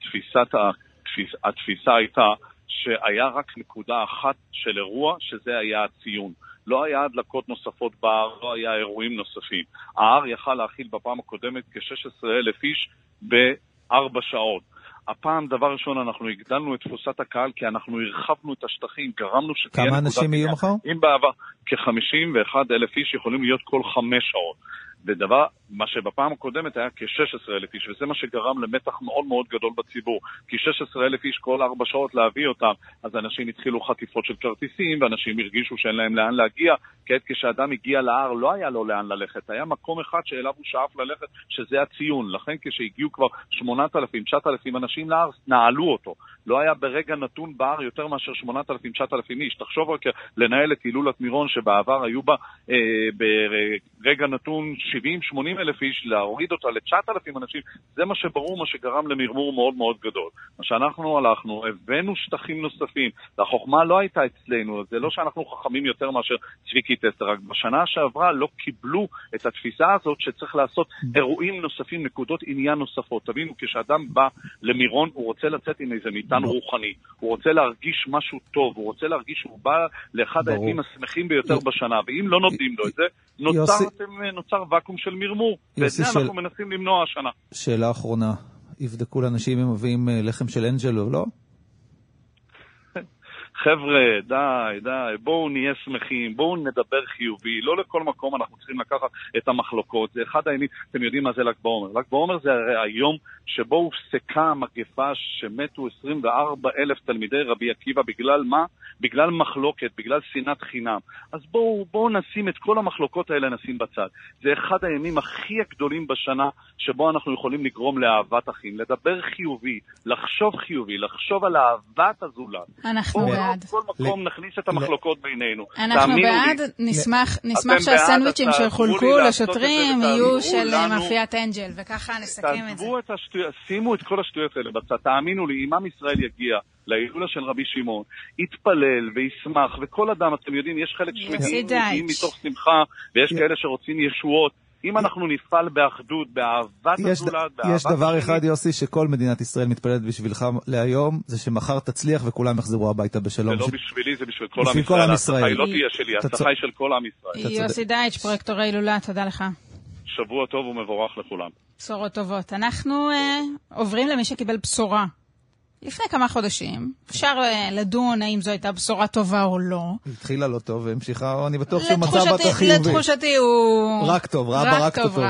התפיסה הייתה שהיה רק נקודה אחת של אירוע, שזה היה הציון. לא היה הדלקות נוספות בהר, לא היה אירועים נוספים. ההר יכל להכיל בפעם הקודמת כ-16,000 איש ב4 שעות. הפעם, דבר ראשון, אנחנו הגדלנו את תפוסת הקהל, כי אנחנו הרחבנו את השטחים, גרמנו שתהיה כמה אנשים יהיו מחר? אם בעבר, כ-51,000 איש יכולים להיות כל 5 שעות. ודבר, מה שבפעם הקודמת היה כ-16,000 איש, וזה מה שגרם למתח מאוד מאוד גדול בציבור. כי 16,000 איש כל 4 שעות להביא אותם, אז אנשים התחילו חטיפות של כרטיסים, ואנשים הרגישו שאין להם לאן להגיע. כעת כשאדם הגיע להר, לא היה לו לאן ללכת. היה מקום אחד שאליו הוא שאף ללכת, שזה הציון. לכן כשהגיעו כבר 8,000, 9,000 אנשים להר, נעלו אותו. לא היה ברגע נתון בהר יותר מאשר 8,000, 9,000 איש. תחשוב רק לנהל את הילולת מירון, שבעבר היו בה ברגע נתון 70-80 אלף איש, להוריד אותה ל9,000 אנשים, זה מה שברור, מה שגרם למרמור מאוד מאוד גדול. מה שאנחנו הלכנו, הבאנו שטחים נוספים, והחוכמה לא הייתה אצלנו, זה לא שאנחנו חכמים יותר מאשר צביקי טסלר, רק בשנה שעברה לא קיבלו את התפיסה הזאת שצריך לעשות אירועים נוספים, נקודות עניין נוספות. תבינו, כשאדם בא למירון, הוא רוצה לצאת עם איזה מטען רוחני, הוא רוצה להרגיש משהו טוב, הוא רוצה להרגיש שהוא בא לאחד הימים השמחים ביותר בשנה, ואם לא נותנים לו את זה, נוצר וקום של מרמור, ואת זה אנחנו מנסים למנוע השנה. שאלה אחרונה, יבדקו לאנשים אם מביאים לחם של אנג'ל או לא? חבר'ה, די, בואו נהיה שמחים, בואו נדבר חיובי, לא לכל מקום אנחנו צריכים לקחת את המחלוקות, זה אחד הימים, אתם יודעים מה זה ל"ג בעומר, ל"ג בעומר זה הרי היום שבו הופסקה המגפה שמתו 24,000 תלמידי רבי עקיבא, בגלל מה? בגלל מחלוקת, בגלל שנאת חינם. אז בואו נשים את כל המחלוקות האלה נשים בצד. זה אחד הימים הכי הגדולים בשנה שבו אנחנו יכולים לגרום לאהבת אחים, לדבר חיובי, לחשוב חיובי, לחשוב על אהבת הזולת. אנחנו בעד. כל מקום נכניס את המחלוקות בינינו. אנחנו בעד, נשמח שהסנדוויצ'ים שחולקו לשוטרים יהיו של מאפיית אנג'ל, וככה נסכם את זה. שימו את כל השטויות האלה בצד. תאמינו לי, אם עם ישראל יגיע להילולה של רבי שמעון, יתפלל וישמח, וכל אדם, אתם יודעים, יש חלק שמגיעים מתוך שמחה, ויש כאלה שרוצים ישועות. אם אנחנו נפעל באחדות, באהבת הזולת, יש דבר אחד, יוסי, שכל מדינת ישראל מתפללת בשבילך להיום, זה שמחר תצליח וכולם יחזרו הביתה בשלום. זה לא בשבילי, זה בשביל כל עם ישראל. ההצלחה היא לא תהיה שלי, ההצלחה היא של כל עם ישראל. יוסי דייץ', פרויקטור ההילולה, תודה לך. שבוע טוב ומבורך לכולם. בשורות טובות. אנחנו עוברים למי שקיבל בשורה. לפני כמה חודשים, אפשר לדון האם זו הייתה בשורה טובה או לא. היא התחילה לא טוב והמשיכה, או אני בטוח שהוא מצא בת החיובי. לתחושתי הוא... רק טוב, רע בה, רק טוב.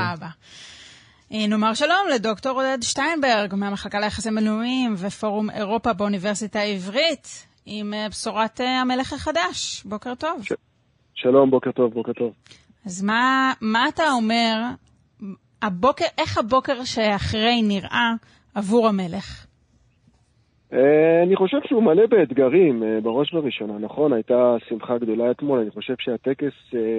נאמר שלום לדוקטור עודד שטיינברג, מהמחלקה ליחסי מנויים ופורום אירופה באוניברסיטה העברית, עם בשורת המלך החדש. בוקר טוב. שלום, בוקר טוב, בוקר טוב. אז מה אתה אומר, איך הבוקר שאחרי נראה עבור המלך? אני חושב שהוא מלא באתגרים, בראש ובראשונה, נכון? הייתה שמחה גדולה אתמול, אני חושב שהטקס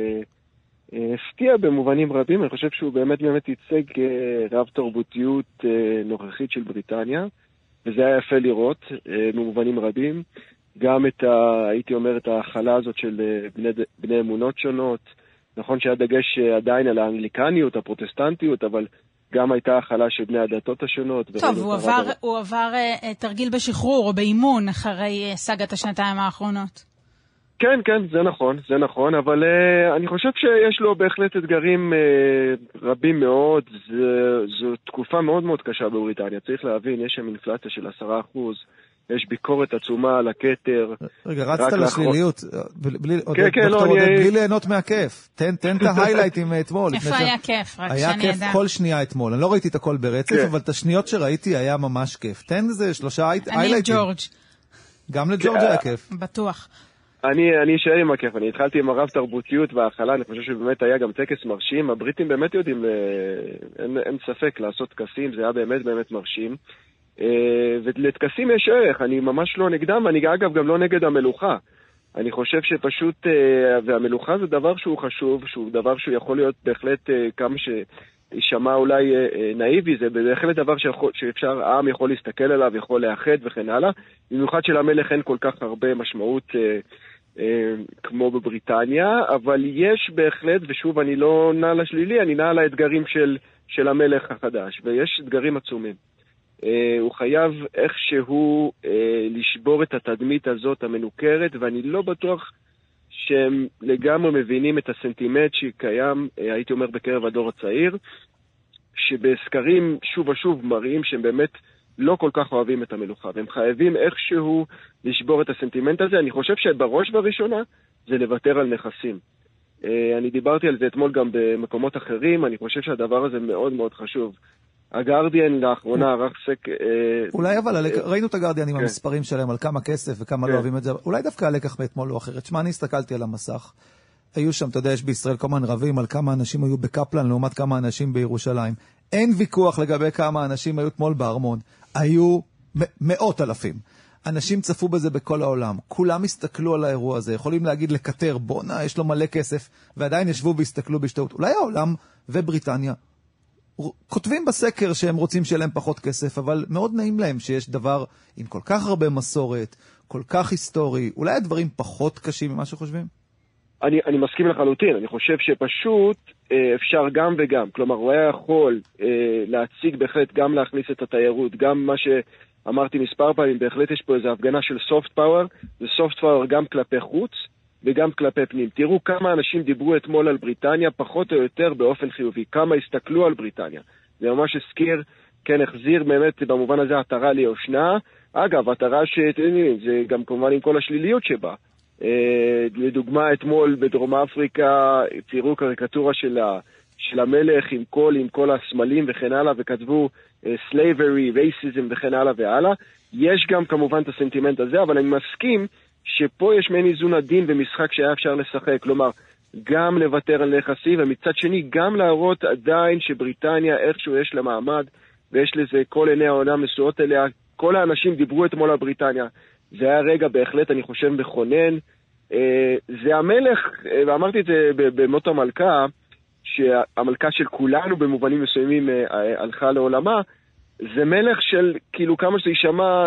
הפתיע במובנים רבים, אני חושב שהוא באמת ייצג רב תרבותיות נוכחית של בריטניה, וזה היה יפה לראות במובנים רבים, גם הייתי אומר, את ההחלה הזאת של בני אמונות שונות, נכון שהיה דגש עדיין על האנגליקניות, הפרוטסטנטיות, אבל גם הייתה החלה של בני הדתות השונות. טוב, הוא עבר תרגיל בשחרור או באימון אחרי סגת השנתיים האחרונות. כן, זה נכון, אבל אני חושב שיש לו בהחלט אתגרים רבים מאוד. זו תקופה מאוד מאוד קשה בבריטניה. צריך להבין, יש שם אינפלציה של 10%. יש ביקורת עצומה על הכתר. רגע, רצת לשליליות, בלי ליהנות מהכיף. תן את ההיילייטים אתמול. איפה היה כיף? רק שאני ידע. היה כיף כל שנייה אתמול. אני לא ראיתי את הכל ברצף, אבל את השניות שראיתי היה ממש כיף. תן איזה 3 היילייטים. אני עם ג'ורג'. גם לג'ורג' היה כיף. בטוח. אני אשאר עם הכיף. אני התחלתי עם הרב תרבותיות והאכלה, אני חושב שבאמת היה גם טקס מרשים. הבריטים באמת יודעים, אין ספק, לעשות טקסים, זה היה באמת מרשים. ולטקסים יש ערך, אני ממש לא נגדם, ואני אגב גם לא נגד המלוכה. אני חושב שפשוט, והמלוכה זה דבר שהוא חשוב, שהוא דבר שהוא יכול להיות בהחלט כמה שישמע אולי נאיבי, זה בהחלט דבר שאפשר, העם יכול להסתכל עליו, יכול לאחד וכן הלאה. במיוחד שלמלך אין כל כך הרבה משמעות כמו בבריטניה, אבל יש בהחלט, ושוב אני לא נע לשלילי, אני נע לאתגרים של המלך החדש, ויש אתגרים עצומים. הוא חייב איכשהו לשבור את התדמית הזאת המנוכרת, ואני לא בטוח שהם לגמרי מבינים את הסנטימנט שקיים, הייתי אומר, בקרב הדור הצעיר, שבסקרים שוב ושוב מראים שהם באמת לא כל כך אוהבים את המלוכה, והם חייבים איכשהו לשבור את הסנטימנט הזה. אני חושב שבראש ובראשונה זה לוותר על נכסים. אני דיברתי על זה אתמול גם במקומות אחרים, אני חושב שהדבר הזה מאוד מאוד חשוב. הגרדיאן לאחרונה ערך סק... אולי אבל, ראינו את הגרדיאן עם המספרים שלהם על כמה כסף וכמה לא אוהבים את זה, אולי דווקא הלקח מאתמול או אחרת. שמה, אני הסתכלתי על המסך, היו שם, אתה יודע, יש בישראל כל מיני רבים על כמה אנשים היו בקפלן לעומת כמה אנשים בירושלים. אין ויכוח לגבי כמה אנשים היו אתמול בארמון. היו מאות אלפים. אנשים צפו בזה בכל העולם. כולם הסתכלו על האירוע הזה. יכולים להגיד לקטר, בונה, יש לו מלא כסף, ועדיין ישבו והסתכלו בהשתאות. אולי העולם ובריטניה כותבים בסקר שהם רוצים שיהיה להם פחות כסף, אבל מאוד נעים להם שיש דבר עם כל כך הרבה מסורת, כל כך היסטורי. אולי הדברים פחות קשים ממה שחושבים? אני מסכים לחלוטין. אני חושב שפשוט אפשר גם וגם. כלומר, הוא היה יכול להציג בהחלט, גם להכניס את התיירות, גם מה שאמרתי מספר פעמים, בהחלט יש פה איזו הפגנה של soft power, זה soft power גם כלפי חוץ וגם כלפי פנים. תראו כמה אנשים דיברו אתמול על בריטניה, פחות או יותר באופן חיובי, כמה הסתכלו על בריטניה. זה ממש הזכיר, כן, החזיר באמת במובן הזה עטרה ליושנה. אגב, עטרה זה גם כמובן עם כל השליליות שבה. לדוגמה, אתמול בדרום אפריקה תראו קריקטורה של המלך עם כל הסמלים וכן הלאה, וכתבו slavery, racism וכן הלאה והלאה. יש גם כמובן את הסנטימנט הזה, אבל אני מסכים שפה יש מעין איזון עדין במשחק שהיה אפשר לשחק, כלומר, גם לוותר על נכסים, ומצד שני גם להראות עדיין שבריטניה איכשהו יש לה מעמד, ויש לזה כל עיני העולם נשואות אליה. כל האנשים דיברו אתמול על בריטניה, זה היה רגע בהחלט, אני חושב, מכונן. זה המלך, ואמרתי את זה במות המלכה, שהמלכה של כולנו במובנים מסוימים הלכה לעולמה, זה מלך של, כאילו כמה שזה יישמע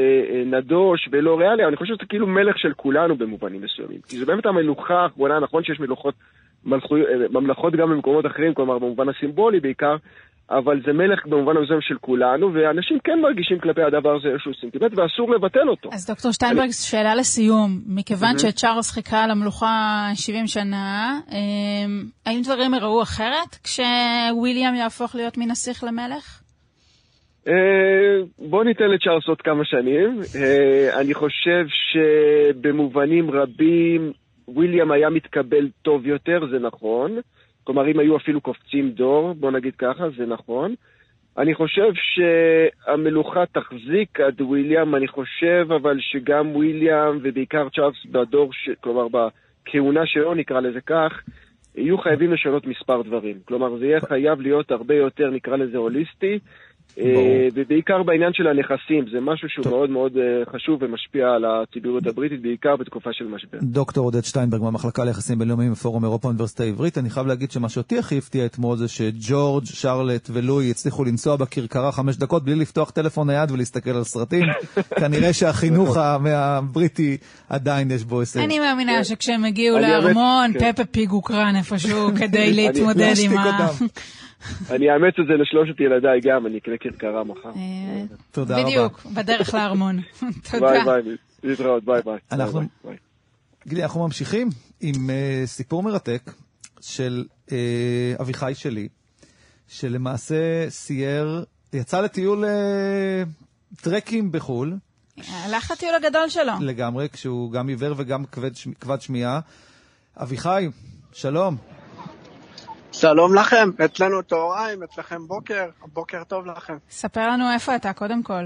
נדוש ולא ריאלי, אני חושב שזה כאילו מלך של כולנו במובנים מסוימים. כי זה באמת המלוכה האחרונה, נכון שיש מלוכות ממלכות גם במקומות אחרים, כלומר במובן הסימבולי בעיקר, אבל זה מלך במובן הזה של כולנו, ואנשים כן מרגישים כלפי הדבר הזה איזשהו סנטימנט, ואסור לבטל אותו. אז דוקטור שטיינברג, שאלה לסיום. מכיוון שצ'ארלס חיכה על המלוכה 70 שנה, האם דברים יראו אחרת כשוויליאם יהפוך להיות מנסיך למלך? בוא ניתן לצ'ארלס עוד כמה שנים. אני חושב שבמובנים רבים וויליאם היה מתקבל טוב יותר, זה נכון. כלומר, אם היו אפילו קופצים דור, בוא נגיד ככה, זה נכון. אני חושב שהמלוכה תחזיק עד וויליאם, אני חושב אבל שגם וויליאם ובעיקר צ'ארלס בדור, כלומר בכהונה שלו נקרא לזה כך, יהיו חייבים לשנות מספר דברים. כלומר, זה יהיה חייב להיות הרבה יותר, נקרא לזה הוליסטי, ובעיקר בעניין של הנכסים, זה משהו שהוא מאוד מאוד חשוב ומשפיע על הציבוריות הבריטית, בעיקר בתקופה של משבר. דוקטור עודד שטיינברג מהמחלקה ליחסים בינלאומיים בפורום אירופה האוניברסיטה העברית. אני חייב להגיד שמה שאותי הכי הפתיע אתמול זה שג'ורג', שרלט ולואי הצליחו לנסוע בכרכרה 5 דקות בלי לפתוח טלפון נייד ולהסתכל על סרטים. כנראה שהחינוך הבריטי עדיין יש בו הישג. אני מאמינה שכשהם הגיעו לארמון, פפה פיג הוקרן איפשהו כדי להתמודד עם אני אאמץ את זה לשלושת ילדיי גם, אני אקנה כרכרה מחר. תודה רבה. בדיוק, בדרך לארמון. תודה. ביי ביי, להתראות, ביי ביי. אנחנו ממשיכים עם סיפור מרתק של אביחי שלי, שלמעשה יצא לטיול טרקים בחול. הלך לטיול הגדול שלו. לגמרי, כשהוא גם עיוור וגם כבד שמיעה. אביחי, שלום. שלום לכם, אצלנו תאוריים, אצלכם בוקר, בוקר טוב לכם. ספר לנו איפה אתה קודם כל.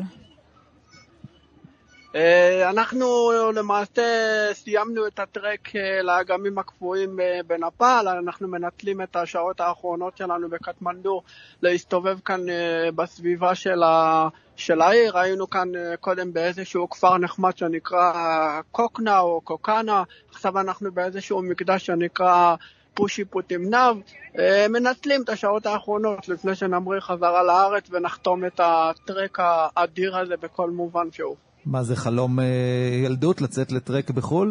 אנחנו למעשה סיימנו את הטרק לאגמים הקפואים בנפאל, אנחנו מנצלים את השעות האחרונות שלנו בקטמנדו להסתובב כאן בסביבה של העיר. היינו כאן קודם באיזשהו כפר נחמד שנקרא קוקנה או קוקנה, עכשיו אנחנו באיזשהו מקדש שנקרא פושיפוט עם נב, מנצלים את השעות האחרונות לפני שנמריא חזרה לארץ ונחתום את הטרק האדיר הזה בכל מובן שהוא. מה זה חלום ילדות לצאת לטרק בחול?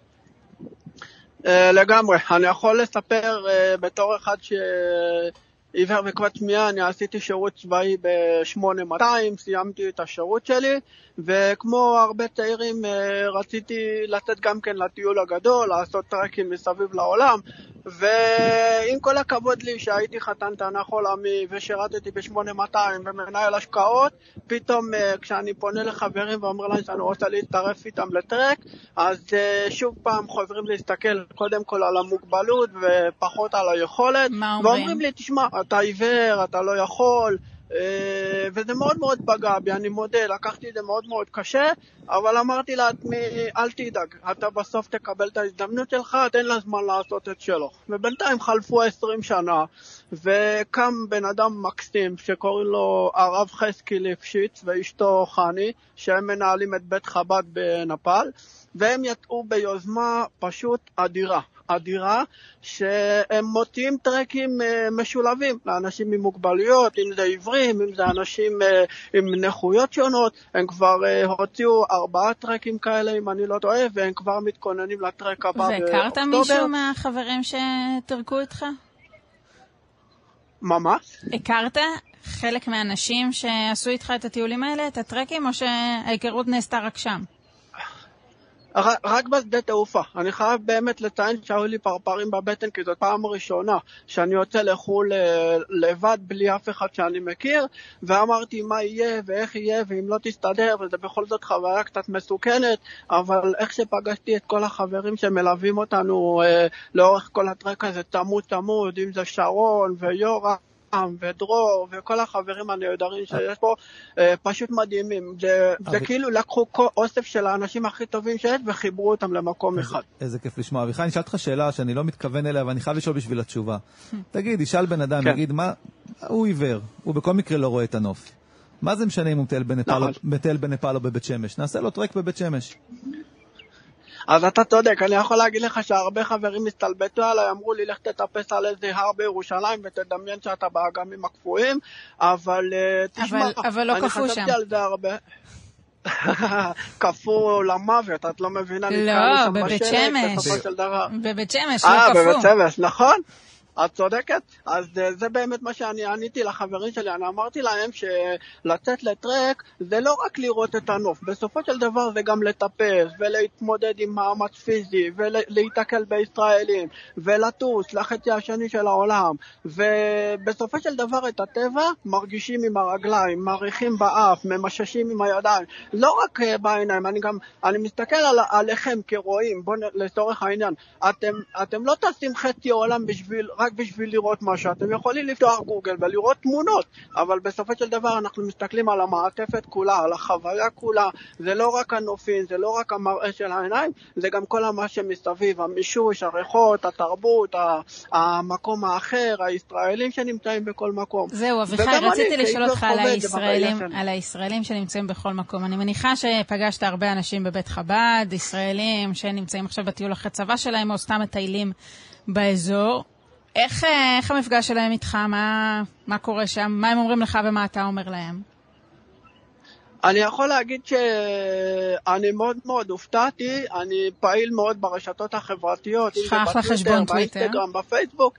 לגמרי, אני יכול לספר בתור אחד עיוור וכבד שמיעה, אני עשיתי שירות צבאי ב-8200, סיימתי את השירות שלי, וכמו הרבה צעירים רציתי לצאת גם כן לטיול הגדול, לעשות טרקים מסביב לעולם, ועם כל הכבוד לי שהייתי חתן תנ"ך עולמי ושירתתי ב-8200 ומנהל השקעות, פתאום כשאני פונה לחברים ואומר להם שאני רוצה להתערף איתם לטרק, אז שוב פעם חוזרים להסתכל קודם כל על המוגבלות ופחות על היכולת, ואומרים לי, תשמע, אתה עיוור, אתה לא יכול, וזה מאוד מאוד פגע בי, אני מודה, לקחתי את זה מאוד מאוד קשה, אבל אמרתי לעצמי, אל תדאג, אתה בסוף תקבל את ההזדמנות שלך, תן לה זמן לעשות את שלו. ובינתיים חלפו 20 שנה, וקם בן אדם מקסים שקוראים לו הרב חזקי ליפשיץ ואשתו חני, שהם מנהלים את בית חב"ד בנפאל, והם יצאו ביוזמה פשוט אדירה, שהם מוציאים טרקים משולבים לאנשים עם מוגבלויות, אם זה עיוורים, אם זה אנשים עם נכויות שונות. הם כבר הוציאו 4 טרקים כאלה, אם אני לא טועה, והם כבר מתכוננים לטרק הבא באוקטובר. והכרת מישהו מהחברים שטרקו איתך? ממש? הכרת חלק מהאנשים שעשו איתך את הטיולים האלה, את הטרקים, או שההיכרות נעשתה רק שם? רק בשדה תעופה. אני חייב באמת לציין שהיו לי פרפרים בבטן, כי זאת פעם ראשונה שאני יוצא לחול לבד בלי אף אחד שאני מכיר, ואמרתי מה יהיה ואיך יהיה ואם לא תסתדר, וזה בכל זאת חוויה קצת מסוכנת, אבל איך שפגשתי את כל החברים שמלווים אותנו לאורך כל הטרק הזה, צמוד, אם זה שרון ויורה ודרור וכל החברים הנהדרים שיש פה, פשוט מדהימים. זה כאילו לקחו אוסף של האנשים הכי טובים שיש וחיברו אותם למקום אחד. איזה כיף לשמוע. אביחי, אני שאלת לך שאלה שאני לא מתכוון אליה ואני חייב לשאול בשביל התשובה. תגיד, ישאל בן אדם, יגיד, הוא עיוור, הוא בכל מקרה לא רואה את הנוף. מה זה משנה אם הוא מטייל בנפאל או בבית שמש? נעשה לו טרק בבית שמש. אז אתה צודק, אני יכול להגיד לך שהרבה חברים הסתלבטו עליי, אמרו לי לך תטפס על איזה הר בירושלים ותדמיין שאתה באגמים הקפואים, אבל תשמע, אבל לא אני חשבתי על זה הרבה. קפוא למוות, את לא מבינה? לא, בבית שמש. בבית שמש, לא קפוא. בבית שמש, נכון? את צודקת? אז זה באמת מה שאני עניתי לחברים שלי, אני אמרתי להם שלצאת לטרק זה לא רק לראות את הנוף, בסופו של דבר זה גם לטפס ולהתמודד עם מאמץ פיזי ולהתקל בישראלים ולטוס לחצי השני של העולם, ובסופו של דבר את הטבע מרגישים עם הרגליים, מריחים באף, ממששים עם הידיים, לא רק בעיניים. אני מסתכל עליכם כרואים, בואו לצורך העניין, אתם לא טסים חצי עולם רק בשביל לראות משהו, אתם יכולים לפתוח גוגל ולראות תמונות, אבל בסופו של דבר אנחנו מסתכלים על המעטפת כולה, על החוויה כולה, זה לא רק הנופים, זה לא רק המראה של העיניים, זה גם כל מה שמסביב, המישוש, הריחות, התרבות, המקום האחר, הישראלים שנמצאים בכל מקום. זהו, אביחי, רציתי לשאול אותך על הישראלים שנמצאים בכל מקום. אני מניחה שפגשת הרבה אנשים בבית חב"ד, ישראלים שנמצאים עכשיו בטיול אחרי צבא שלהם, או סתם מטיילים באזור. איך המפגש שלהם איתך? מה קורה שם? מה הם אומרים לך ומה אתה אומר להם? אני יכול להגיד שאני מאוד מאוד הופתעתי, אני פעיל מאוד ברשתות החברתיות, יש לך אחלה חשבון טוויטר, באינסטגרם, בפייסבוק,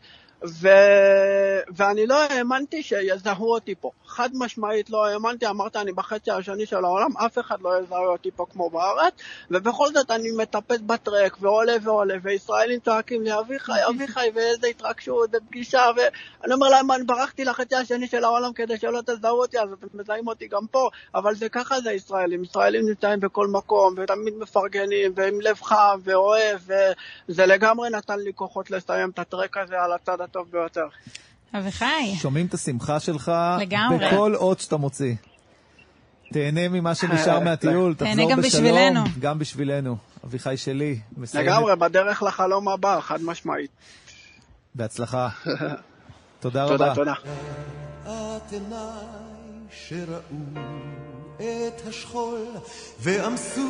ואני לא האמנתי שיזהו אותי פה. חד משמעית לא האמנתי, אמרת אני בחצי השני של העולם, אף אחד לא יזהו אותי פה כמו בארץ, ובכל זאת אני מטפס בטרק ועולה ועולה, וישראלים צועקים לי אביחי, ואיזה התרגשות בפגישה, ואני אומר להם, אני ברחתי לחצי השני של העולם כדי שלא תזהו אותי, אז אתם מזהים אותי גם פה, אבל זה ככה זה ישראלים נמצאים בכל מקום, ותמיד מפרגנים, ועם לב חם ואוהב, וזה לגמרי נתן לי כוחות לסיים את הטרק הזה על הצד הטוב ביותר. אביחי. שומעים את השמחה שלך לגמרי. בכל אות שאתה מוציא. תהנה ממה שנשאר מהטיול, תחזור גם בשלום. בשבילנו. גם בשבילנו. אביחי שלי. לגמרי, בדרך לחלום הבא, חד משמעית. בהצלחה. תודה רבה. תודה. את עיניי שראו את השכול ועמסו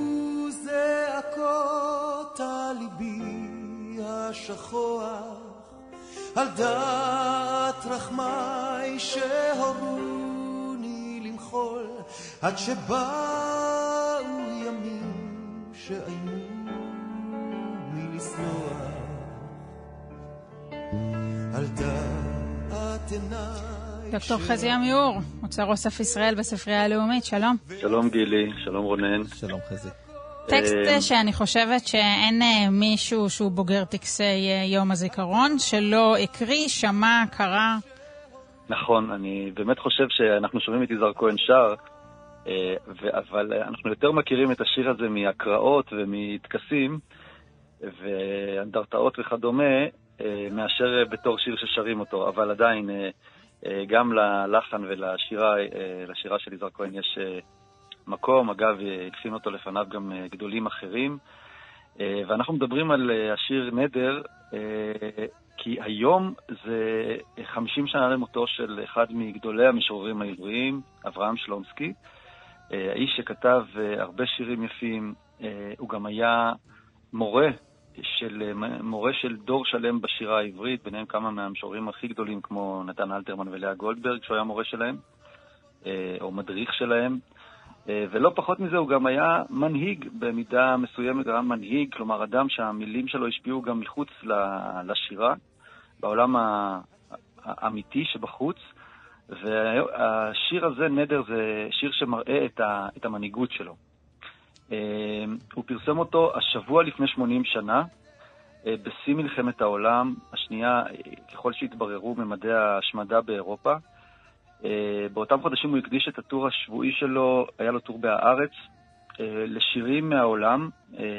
זעקות על ליבי השכוח על דעת רחמי שהורוני למחול עד שבאו ימים שאיימו מלסלוח על דעת עיניי. דוקטור חזי עמיור, אוצר אוסף ישראל בספרייה הלאומית, שלום. שלום גילי, שלום רונן. שלום חזי. טקסט שאני חושבת שאין מישהו שהוא בוגר טקסי יום הזיכרון שלא הקריא, שמע, קרא. נכון, אני באמת חושב שאנחנו שומעים את יזהר כהן שר, אבל אנחנו יותר מכירים את השיר הזה מהקראות ומתקסים ואנדרטאות וכדומה, מאשר בתור שיר ששרים אותו, אבל עדיין גם ללחן ולשירה של יזהר כהן יש מקום. אגב, הקפים אותו לפניו גם גדולים אחרים, ואנחנו מדברים על השיר נדר, כי היום זה 50 שנה למותו של אחד מגדולי המשוררים העבריים, אברהם שלונסקי, האיש שכתב הרבה שירים יפים. הוא גם היה מורה של דור שלם בשירה העברית, ביניהם כמה מהמשוררים הכי גדולים כמו נתן אלתרמן ולאה גולדברג, שהוא היה מורה שלהם, או מדריך שלהם. ולא פחות מזה, הוא גם היה מנהיג במידה מסוימת, גם מנהיג, כלומר אדם שהמילים שלו השפיעו גם מחוץ לשירה, בעולם האמיתי שבחוץ. והשיר הזה, נדר, זה שיר שמראה את המנהיגות שלו. הוא פרסם אותו השבוע לפני 80 שנה, בשיא מלחמת העולם השנייה, ככל שהתבררו ממדי ההשמדה באירופה. באותם חודשים הוא הקדיש את הטור השבועי שלו, היה לו טור בהארץ, לשירים מהעולם,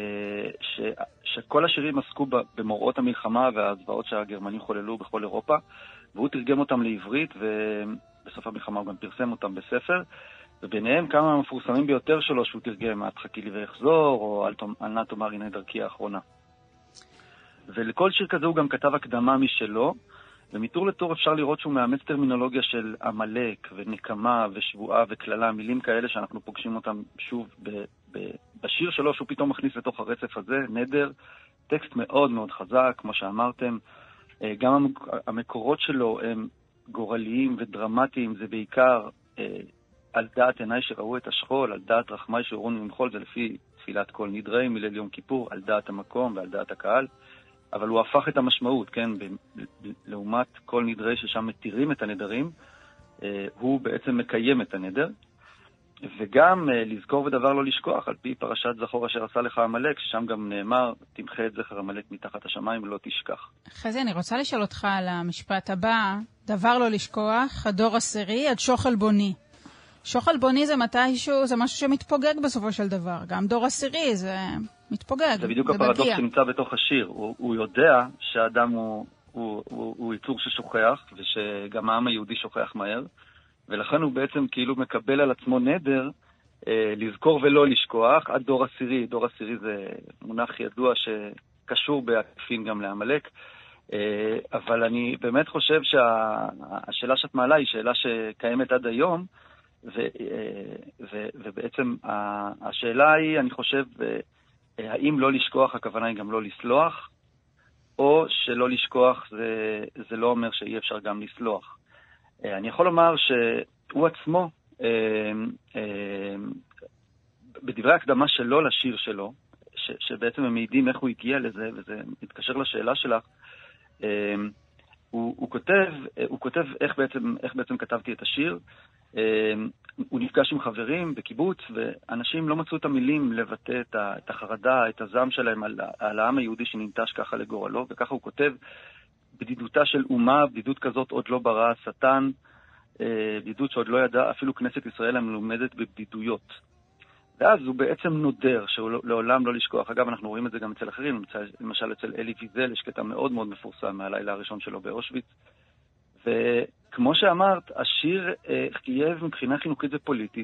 שכל השירים עסקו במוראות המלחמה והזוועות שהגרמנים חוללו בכל אירופה, והוא תרגם אותם לעברית, ובסוף המלחמה הוא גם פרסם אותם בספר, וביניהם כמה המפורסמים ביותר שלו שהוא תרגם, את חכי לי ואחזור, או אל נא תאמר הנה דרכי האחרונה. ולכל שיר כזה הוא גם כתב הקדמה משלו, ומטור לטור אפשר לראות שהוא מאמץ טרמינולוגיה של עמלק ונקמה ושבועה וכללה, מילים כאלה שאנחנו פוגשים אותם שוב בשיר שלו, שהוא פתאום מכניס לתוך הרצף הזה, נדר, טקסט מאוד מאוד חזק, כמו שאמרתם. גם המקורות שלו הם גורליים ודרמטיים, זה בעיקר על דעת עיניי שראו את השכול, על דעת רחמי שאורון ממחול, זה לפי תפילת כל נדרי מליל יום כיפור, על דעת המקום ועל דעת הקהל, אבל הוא הפך את המשמעות, כן, לעומת כל נדרי ששם מתירים את הנדרים, הוא בעצם מקיים את הנדר, וגם לזכור ודבר לא לשכוח, על פי פרשת זכור אשר עשה לך עמלק, ששם גם נאמר, תמחה את זכר עמלק מתחת השמיים ולא תשכח. חזי, אני רוצה לשאול אותך על המשפט הבא, דבר לא לשכוח, הדור עשירי עד שוחל בוני. שוחל בוני זה מתישהו, זה משהו שמתפוגג בסופו של דבר. גם דור עשירי זה מתפוגג. זה בדיוק הפרדוקס שנמצא בתוך השיר. הוא יודע שהאדם הוא יצור ששוכח, ושגם העם היהודי שוכח מהר, ולכן הוא בעצם כאילו מקבל על עצמו נדר, לזכור ולא לשכוח, עד דור עשירי. דור עשירי זה מונח ידוע שקשור בעקיפין גם לעמלק, אבל אני באמת חושב שהשאלה שאת מעלה היא שאלה שקיימת עד היום, ובעצם השאלה היא, אני חושב, האם לא לשכוח הכוונה היא גם לא לסלוח, או שלא לשכוח זה לא אומר שאי אפשר גם לסלוח. אני יכול לומר שהוא עצמו, בדברי הקדמה שלו לשיר שלו, שבעצם הם מעידים איך הוא הגיע לזה, וזה מתקשר לשאלה שלך, הוא כותב איך בעצם כתבתי את השיר. הוא נפגש עם חברים בקיבוץ, ואנשים לא מצאו את המילים לבטא את החרדה, את הזעם שלהם על העם היהודי שננטש ככה לגורלו, וככה הוא כותב, בדידותה של אומה, בדידות כזאת עוד לא ברא השטן, בדידות שעוד לא ידע, אפילו כנסת ישראל המלומדת בבדידויות. ואז הוא בעצם נודר, שהוא לעולם לא לשכוח. אגב, אנחנו רואים את זה גם אצל אחרים, למשל אצל אלי ויזל, יש קטע מאוד מאוד מפורסם מהלילה הראשון שלו באושוויץ. וכמו שאמרת, השיר חייב מבחינה חינוכית ופוליטית.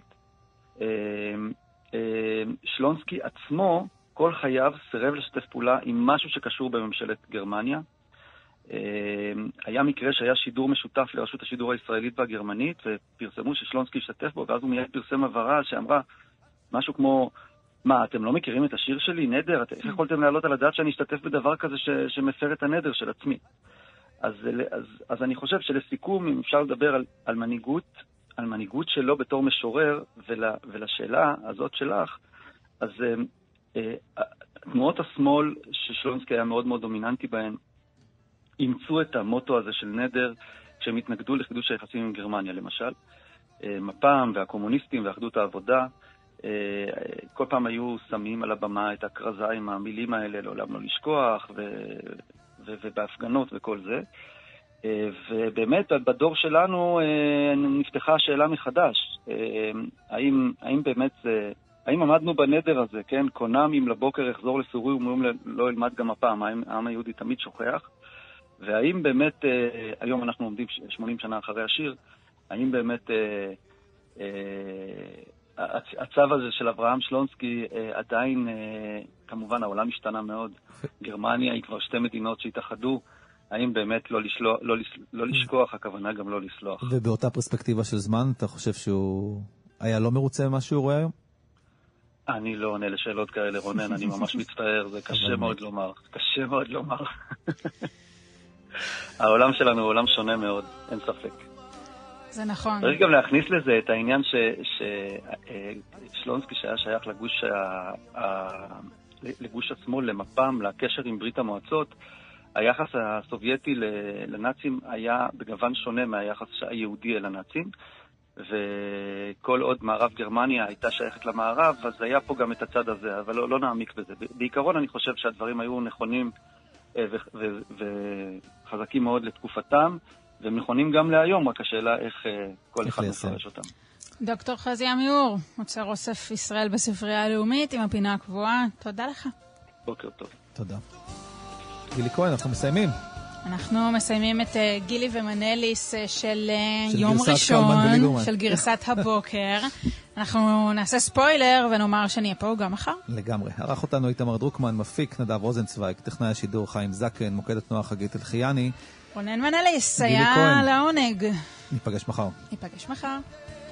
שלונסקי עצמו, כל חייו סירב לשתף פעולה עם משהו שקשור בממשלת גרמניה. היה מקרה שהיה שידור משותף לרשות השידור הישראלית והגרמנית, ופרסמו ששלונסקי השתתף בו, ואז הוא מיד פרסם הבהרה שאמרה משהו כמו, מה, אתם לא מכירים את השיר שלי, נדר? איך יכולתם להעלות על הדעת שאני אשתתף בדבר כזה שמפר את הנדר של עצמי? אז אני חושב שלסיכום, אם אפשר לדבר על מנהיגות שלו בתור משורר, ולשאלה הזאת שלך, אז תנועות השמאל ששלונסקי היה מאוד מאוד דומיננטי בהן, אימצו את המוטו הזה של נדר, כשהם התנגדו לחידוש היחסים עם גרמניה, למשל. מפ"ם והקומוניסטים ואחדות העבודה, כל פעם היו שמים על הבמה את הכרזה עם המילים האלה, לעולם לא לשכוח, ובהפגנות וכל זה. ובאמת, בדור שלנו נפתחה השאלה מחדש. האם באמת זה... האם עמדנו בנדר הזה, כן? קונם אם לבוקר יחזור לסורי ומאום לא ילמד גם הפעם, העם היהודי תמיד שוכח. והאם באמת, היום אנחנו עומדים 80 שנה אחרי השיר, האם באמת הצו הזה של אברהם שלונסקי עדיין, כמובן העולם השתנה מאוד, גרמניה היא כבר שתי מדינות שהתאחדו, האם באמת לא לשכוח, הכוונה גם לא לסלוח. ובאותה פרספקטיבה של זמן, אתה חושב שהוא היה לא מרוצה ממה שהוא רואה היום? אני לא עונה לשאלות כאלה, רונן, אני ממש מצטער, זה קשה מאוד לומר, קשה מאוד לומר. העולם שלנו הוא עולם שונה מאוד, אין ספק. זה נכון. צריך גם להכניס לזה את העניין ששלונסקי שהיה שייך לגוש השמאל, למפ"ם, לקשר עם ברית המועצות, היחס הסובייטי לנאצים היה בגוון שונה מהיחס היהודי אל הנאצים, וכל עוד מערב גרמניה הייתה שייכת למערב, אז היה פה גם את הצד הזה, אבל לא נעמיק בזה. בעיקרון אני חושב שהדברים היו נכונים וחזקים מאוד לתקופתם, והם נכונים גם להיום, רק השאלה איך כל אחד מפרש אותם. דוקטור חזי עמיור, מוצר אוסף ישראל בספרייה הלאומית עם הפינה הקבועה, תודה לך. בוקר טוב. תודה. גילי כהן, אנחנו מסיימים. אנחנו מסיימים את גילי ומנליס של יום ראשון, של גרסת הבוקר. אנחנו נעשה ספוילר ונאמר שנהיה פה גם מחר. לגמרי. ערך אותנו איתמר דרוקמן, מפיק נדב רוזנצוויג, טכנאי השידור חיים זקן, מוקד התנועה חגית אלחייני. רונן מנליס, היה לעונג. ניפגש מחר. ניפגש מחר.